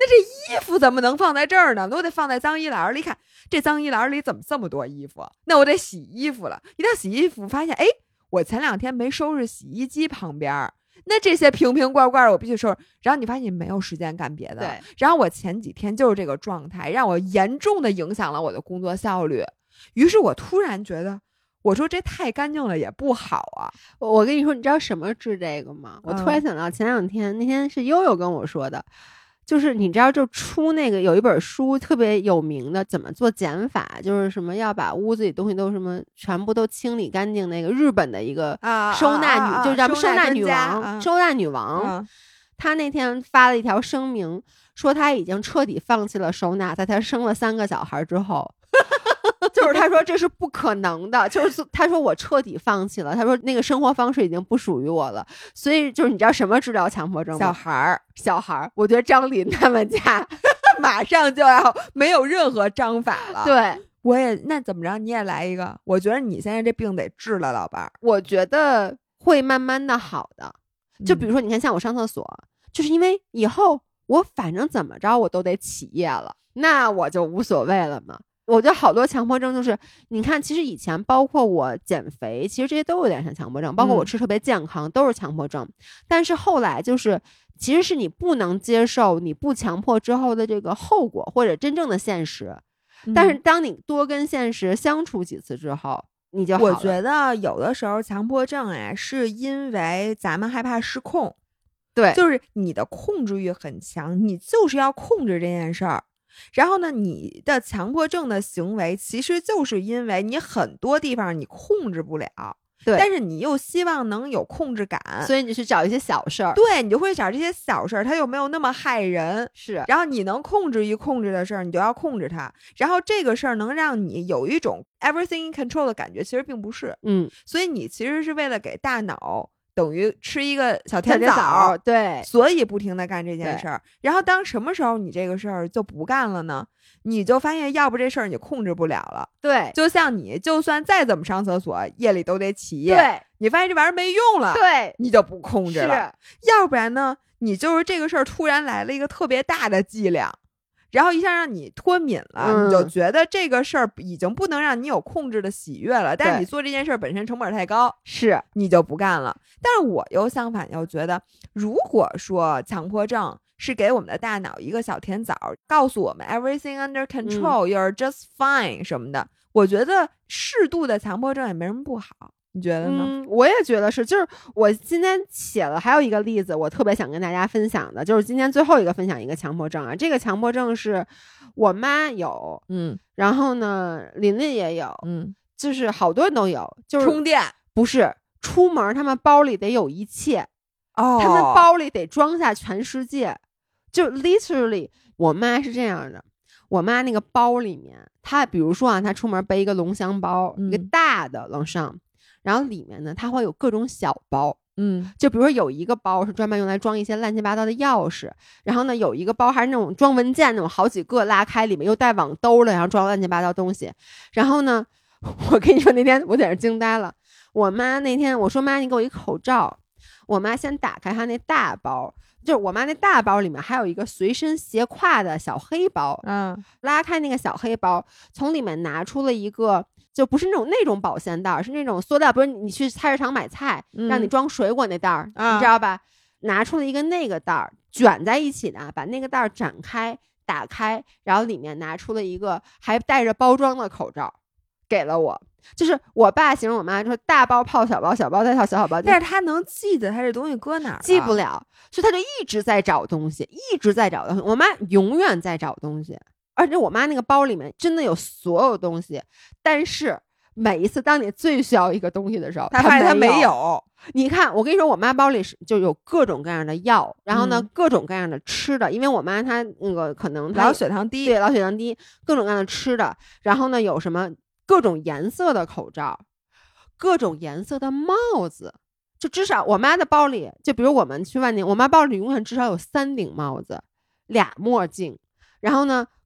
那这衣服怎么能放在这儿呢？那我得放在脏衣篮里。看这脏衣篮里怎么这么多衣服？那我得洗衣服了。一到洗衣服发现，哎，我前2天没收拾洗衣机旁边，那这些瓶瓶罐罐我必须收拾。然后你发现你没有时间干别的。 对。 然后我前几天就是这个状态，让我严重的影响了我的工作效率。于是我突然觉得，我说这太干净了也不好啊。 我跟你说，你知道什么治这个吗？我突然想到前2天，那天是悠悠跟我说的。就是你知道，就出那个有一本书特别有名的，怎么做减法，就是什么要把屋子里东西都什么全部都清理干净。那个日本的一个收纳女，就叫收纳女王，收纳女王。她那天发了一条声明，说她已经彻底放弃了收纳，在她生了3个小孩之后。就是他说这是不可能的，就是他说我彻底放弃了，他说那个生活方式已经不属于我了。所以就是你知道什么治疗强迫症吗？小孩，我觉得张琳他们家马上就要没有任何章法了。 对， 我也那怎么着你也来一个？我觉得你现在这病得治了，老伴儿。 我觉得会慢慢的好的。就比如说你看像我上厕所，就是因为以后我反正怎么着我都得起夜了，那我就无所谓了嘛。我觉得好多强迫症就是你看，其实以前包括我减肥，其实这些都有点像强迫症，包括我吃特别健康都是强迫症。但是后来就是其实是你不能接受你不强迫之后的这个后果或者真正的现实。但是当你多跟现实相处几次之后，你就好了。 我觉得有的时候强迫症是因为咱们害怕失控。 对， 就是你的控制欲很强，你就是要控制这件事儿。然后呢，你的强迫症的行为其实就是因为你很多地方你控制不了， 对， 但是你又希望能有控制感， 所以你去找一些小事儿。 对，你就会找这些小事儿，它又没有那么害人， 是。 然后你能控制的事儿，你就要控制它。然后这个事儿能让你有一种 everything in control 的感觉，其实并不是。所以你其实是为了给大脑等于吃一个小甜枣， 对， 所以不停的干这件事儿。然后当什么时候你这个事儿就不干了呢？你就发现要不这事儿你控制不了了。 对， 就像你就算再怎么上厕所，夜里都得起夜。 对， 你发现这玩意儿没用了， 对， 你就不控制了。要不然呢，你就是这个事儿突然来了一个特别大的剂量。然后一下让你脱敏了，你就觉得这个事儿已经不能让你有控制的喜悦了。但是你做这件事儿本身成本太高， 是你就不干了。但是我又相反又觉得，如果说强迫症是给我们的大脑一个小甜枣，告诉我们 everything under control，you're just fine 什么的，我觉得适度的强迫症也没什么不好。你觉得呢？ 我也觉得是。就是我今天写了还有一个例子，我特别想跟大家分享的，就是今天最后一个分享一个强迫症啊。这个强迫症是我妈有，然后呢琳琳也有，就是好多人都有。就是充电不是出门，他们包里得有一切，他们包里得装下全世界。就 literally， 我妈是这样的。我妈那个包里面，她比如说啊，她出门背一个龙箱包，一个大的龙箱。然后里面呢，它会有各种小包，就比如说有一个包是专门用来装一些乱七八糟的钥匙，然后呢有一个包还是那种装文件那种好几个拉开，里面又带网兜的，然后装乱七八糟东西。然后呢，我跟你说那天我简直惊呆了，我妈那天我说妈你给我一口罩，我妈先打开她那大包，就是我妈那大包里面还有一个随身斜挎的小黑包，拉开那个小黑包，从里面拿出了一个。就不是那种保鲜袋，是那种塑料，不是你去菜市场买菜，让你装水果那袋儿，你知道吧？拿出了一个那个袋儿，卷在一起的，把那个袋儿展开，打开，然后里面拿出了一个还带着包装的口罩，给了我。就是我爸形容我妈说大包泡小包，小包再套小包， 但是他能记得他这东西搁哪儿？ 记不了，所以他就一直在找东西，一直在找东西。我妈永远在找东西。而且我妈那个包里面真的有所有东西，但是每一次当你最需要一个东西的时候， 她发现她没有。 你看，我跟你说，我妈包里就有各种各样的药，然后呢，各种各样的吃的，因为我妈她那个可能老血糖低， 对，老血糖低，各种各样的吃的，然后呢，有什么各种颜色的口罩，各种颜色的帽子，就至少我妈的包里，就比如我们去万宁，我妈包里永远至少有3顶帽子，2墨镜，然后呢。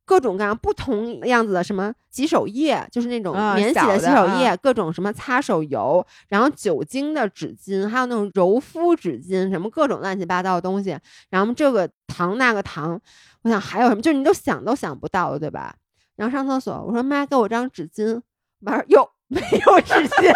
各种各样不同样子的什么洗手液，就是那种免洗的洗手液，各种什么擦手油，然后酒精的纸巾，还有那种柔肤纸巾，什么各种乱七八糟的东西，然后这个糖那个糖，我想还有什么，就是你都想不到的，对吧？然后上厕所，我说妈，给我张纸巾，妈说哟，没有纸巾。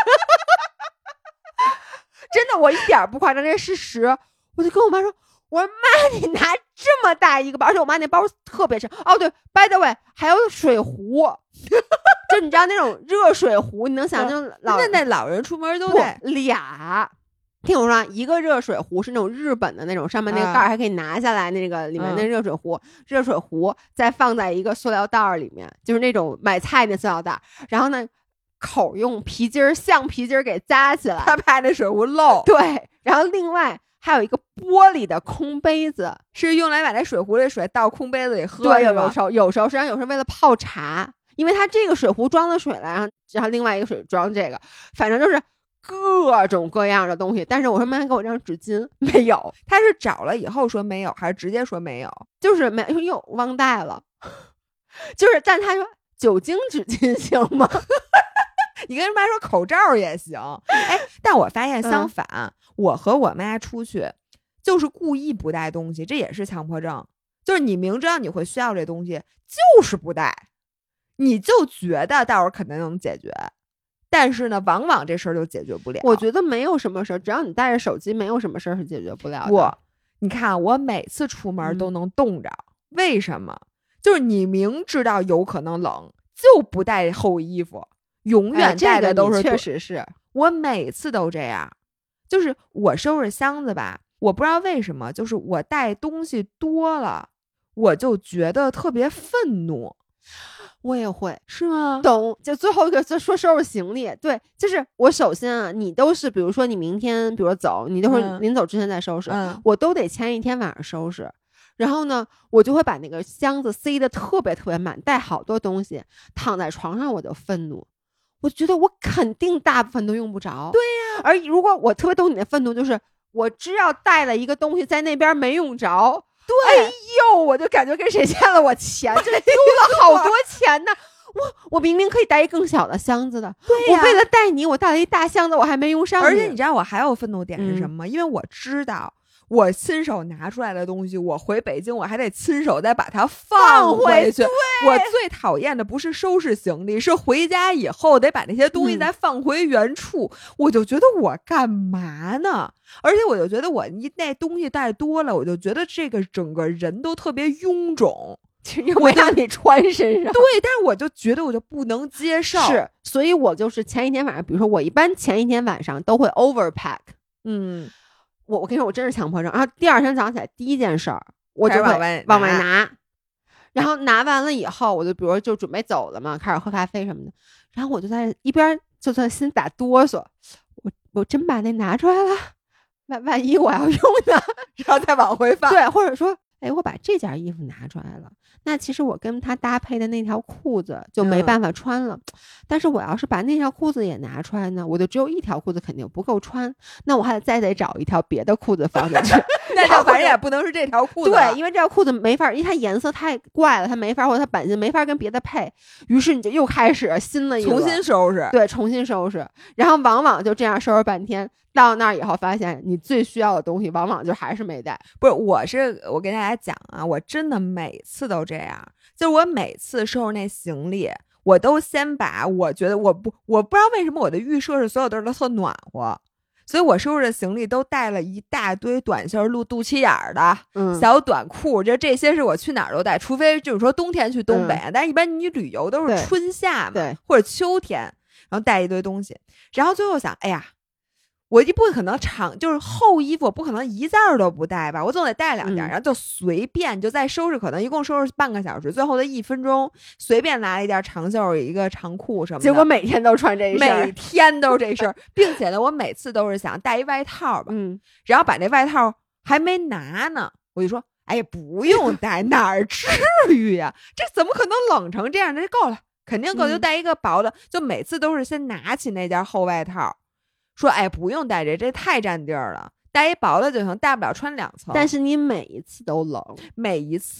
真的，我一点不夸张，这是事实。我就跟我妈说，我说妈，你拿这么大一个包，而且我妈那包特别沉。哦，对 ，by the way， 还有水壶，就你知道那种热水壶，你能想象那老人出门都得俩。听我说，一个热水壶是那种日本的那种，上面那个盖还可以拿下来，那个里面那热水壶，热水壶再放在一个塑料袋里面，就是那种买菜那塑料袋，然后呢。口用皮筋橡皮筋给扎起来， 他怕那水壶漏。 对，然后另外还有一个玻璃的空杯子， 是用来把那水壶里水倒空杯子里喝。 对，有时候实际上有时候为了泡茶，因为它这个水壶装了水了，然后另外一个水装这个，反正就是各种各样的东西。但是我说妈，给我张纸巾，没有。 他是找了以后说没有，还是直接说没有？ 就是没有，又忘带了。就是，但他说酒精纸巾行吗？ 你跟妈说口罩也行。哎，但我发现相反，我和我妈出去就是故意不带东西，这也是强迫症。就是你明知道你会需要这东西，就是不带，你就觉得到时候肯定能解决，但是呢，往往这事儿就解决不了。 我觉得没有什么事儿，只要你带着手机，没有什么事儿是解决不了的。 你看我每次出门都能冻着，为什么？就是你明知道有可能冷，就不带厚衣服。永远带的都是、 确实是我每次都这样。就是我收拾箱子吧，我不知道为什么，就是我带东西多了，我就觉得特别愤怒。 我也会， 是吗？ 懂。就最后一个就说收拾行李，对，就是我首先啊，你都是比如说你明天比如说走，你都是临走之前再收拾，我都得前一天晚上收拾。然后呢，我就会把那个箱子塞得特别特别满，带好多东西，躺在床上我就愤怒。我觉得我肯定大部分都用不着。 对呀， 而如果我特别懂你的愤怒，就是我只要带了一个东西在那边没用着， 对， 哎呦，我就感觉跟谁欠了我钱，这丢了好多钱呢。我明明可以带一更小的箱子的， 对呀， 我为了带你，我带了一大箱子，我还没用上。 而且你知道我还有愤怒点是什么？因为我知道。我亲手拿出来的东西，我回北京我还得亲手再把它放回去。我最讨厌的不是收拾行李，是回家以后得把那些东西再放回原处。我就觉得我干嘛呢？而且我就觉得我一那东西带多了，我就觉得这个整个人都特别臃肿。 我让你穿身上， 对，但是我就觉得我就不能接受。 是，所以我就是前一天晚上，比如说我一般前一天晚上都会 overpack。我跟你说，我真是强迫症。然后第二天早上起来，第一件事儿，我就会往外拿，然后拿完了以后，我就比如就准备走了嘛，开始喝咖啡什么的。然后我就在一边就在心打哆嗦，我真把那拿出来了，万一我要用呢， 然后再往回放。 对，或者说，哎，我把这件衣服拿出来了，那其实我跟他搭配的那条裤子就没办法穿了。但是我要是把那条裤子也拿出来呢，我就只有一条裤子肯定不够穿，那我还得找一条别的裤子放进去。 那条反正也不能是这条裤子。 对，因为这条裤子没法，因为它颜色太怪了，它没法，或者它版型没法跟别的配。于是你就又开始新的一个重新收拾。 对，重新收拾。然后往往就这样收拾半天，到那儿以后发现你最需要的东西往往就还是没带。 不是，我跟大家讲啊，我真的每次都这样，就是我每次收拾那行李，我都先把我觉得我不知道为什么我的预设是所有都特暖和，所以我收拾的行李都带了一大堆短袖露肚脐眼的小短裤，这些是我去哪儿都带，除非就是说冬天去东北，但是一般你旅游都是春夏嘛，或者秋天，然后带一堆东西，然后最后想，哎呀，我不可能就是厚衣服，我不可能一件都不带吧，我总得带两件，然后就随便就再收拾，可能一共收拾半个小时，最后的1分钟随便拿了一件长袖，一个长裤什么的， 结果每天都穿这事儿， 每天都是这事儿，并且呢，我每次都是想带一外套吧，然后把那外套还没拿呢，我就说，哎呀，不用带，哪儿至于呀？这怎么可能冷成这样？这够了，肯定够，就带一个薄的，就每次都是先拿起那件厚外套。说哎，不用带这太占地儿了，带一薄的就行，大不了穿2层。 但是你每一次都冷， 每一次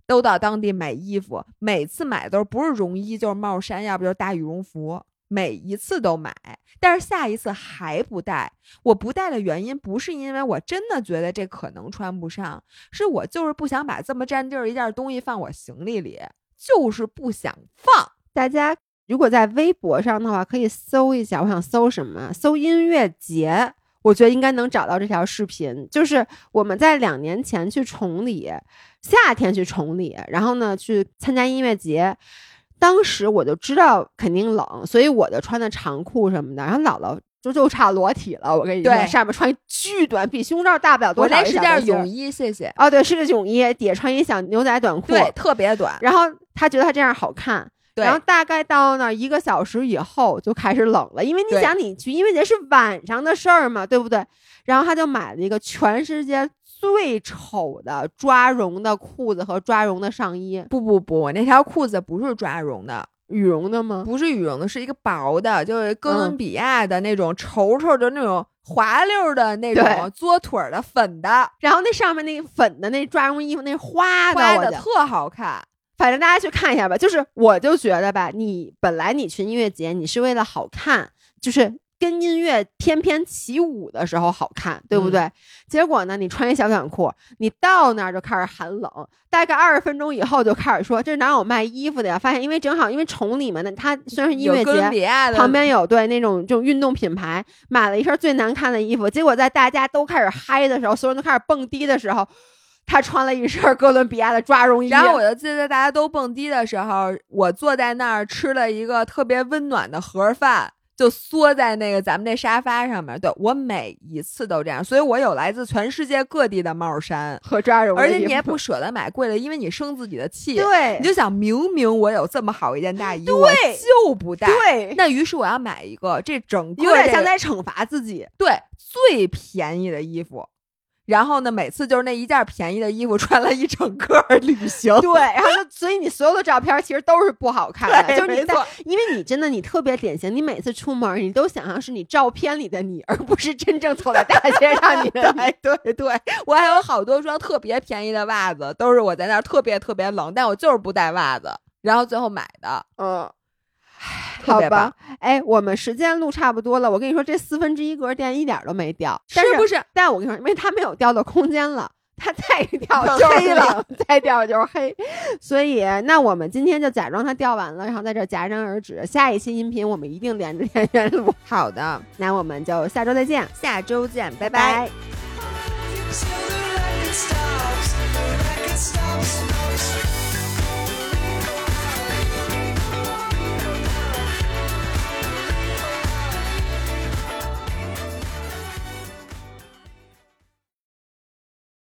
都到当地买衣服，每次买的都不是绒衣就是帽衫，要不就是大羽绒服，每一次都买，但是下一次还不带。我不带的原因不是因为我真的觉得这可能穿不上，是我就是不想把这么占地儿一件东西放我行李里，就是不想放。 大家如果在微博上的话可以搜一下，我想搜什么，搜音乐节，我觉得应该能找到这条视频。就是我们在2年前去崇礼，夏天去崇礼，然后呢去参加音乐节，当时我就知道肯定冷，所以我就穿的长裤什么的，然后姥姥就差裸体了，我跟你说，上面穿巨短，比胸罩大不了多少。 我那是件泳衣，谢谢。 哦，对，是个泳衣，底下穿一小牛仔短裤， 对，特别短。 然后他觉得他这样好看。然后大概到那1个小时以后就开始冷了，因为你想你去音乐节是晚上的事儿嘛，对不对？然后他就买了一个全世界最丑的抓绒的裤子和抓绒的上衣。 不，我那条裤子不是抓绒的， 羽绒的吗？ 不是羽绒的，是一个薄的，就是哥伦比亚的那种稠稠的那种滑溜的那种嘬腿的粉的， 然后那上面那个粉的那抓绒衣服那花的特好看。 反正大家去看一下吧，就是我就觉得吧，你本来你去音乐节你是为了好看，就是跟音乐翩翩起舞的时候好看，对不对？结果呢你穿一小短裤，你到那儿就开始寒冷，大概20分钟以后就开始说这哪有卖衣服的呀，发现因为崇礼嘛，那它虽然是音乐节，旁边有对那种这种运动品牌，买了一身最难看的衣服，结果在大家都开始嗨的时候，所有人都开始蹦迪的时候，他穿了一身哥伦比亚的抓绒衣。 然后我就记得大家都蹦迪的时候，我坐在那儿吃了一个特别温暖的盒饭，就缩在那个咱们那沙发上面。对，我每一次都这样，所以我有来自全世界各地的帽衫和抓绒， 而且你也不舍得买贵了，因为你生自己的气。 对， 你就想明明我有这么好一件大衣，我就不带。 对， 那于是我要买一个这整个有点像在惩罚自己。 对，最便宜的衣服。然后呢，每次就是那一件便宜的衣服穿了一整个旅行。 对，然后所以你所有的照片其实都是不好看的，就是你因为你真的你特别典型，你每次出门你都想象是你照片里的你，而不是真正走在大街上你的你。 对，我还有好多双特别便宜的袜子，都是我在那儿特别特别冷，但我就是不带袜子，然后最后买的。 好吧，哎，我们时间录差不多了。我跟你说，这1/4格电一点都没掉， 是不是？ 但我跟你说，因为它没有掉到空间了，它再掉就黑了，再掉就是黑。所以，那我们今天就假装它掉完了，然后在这戛然而止。下一期音频我们一定连着天元录。 好的， 那我们就下周再见， 下周见，拜拜。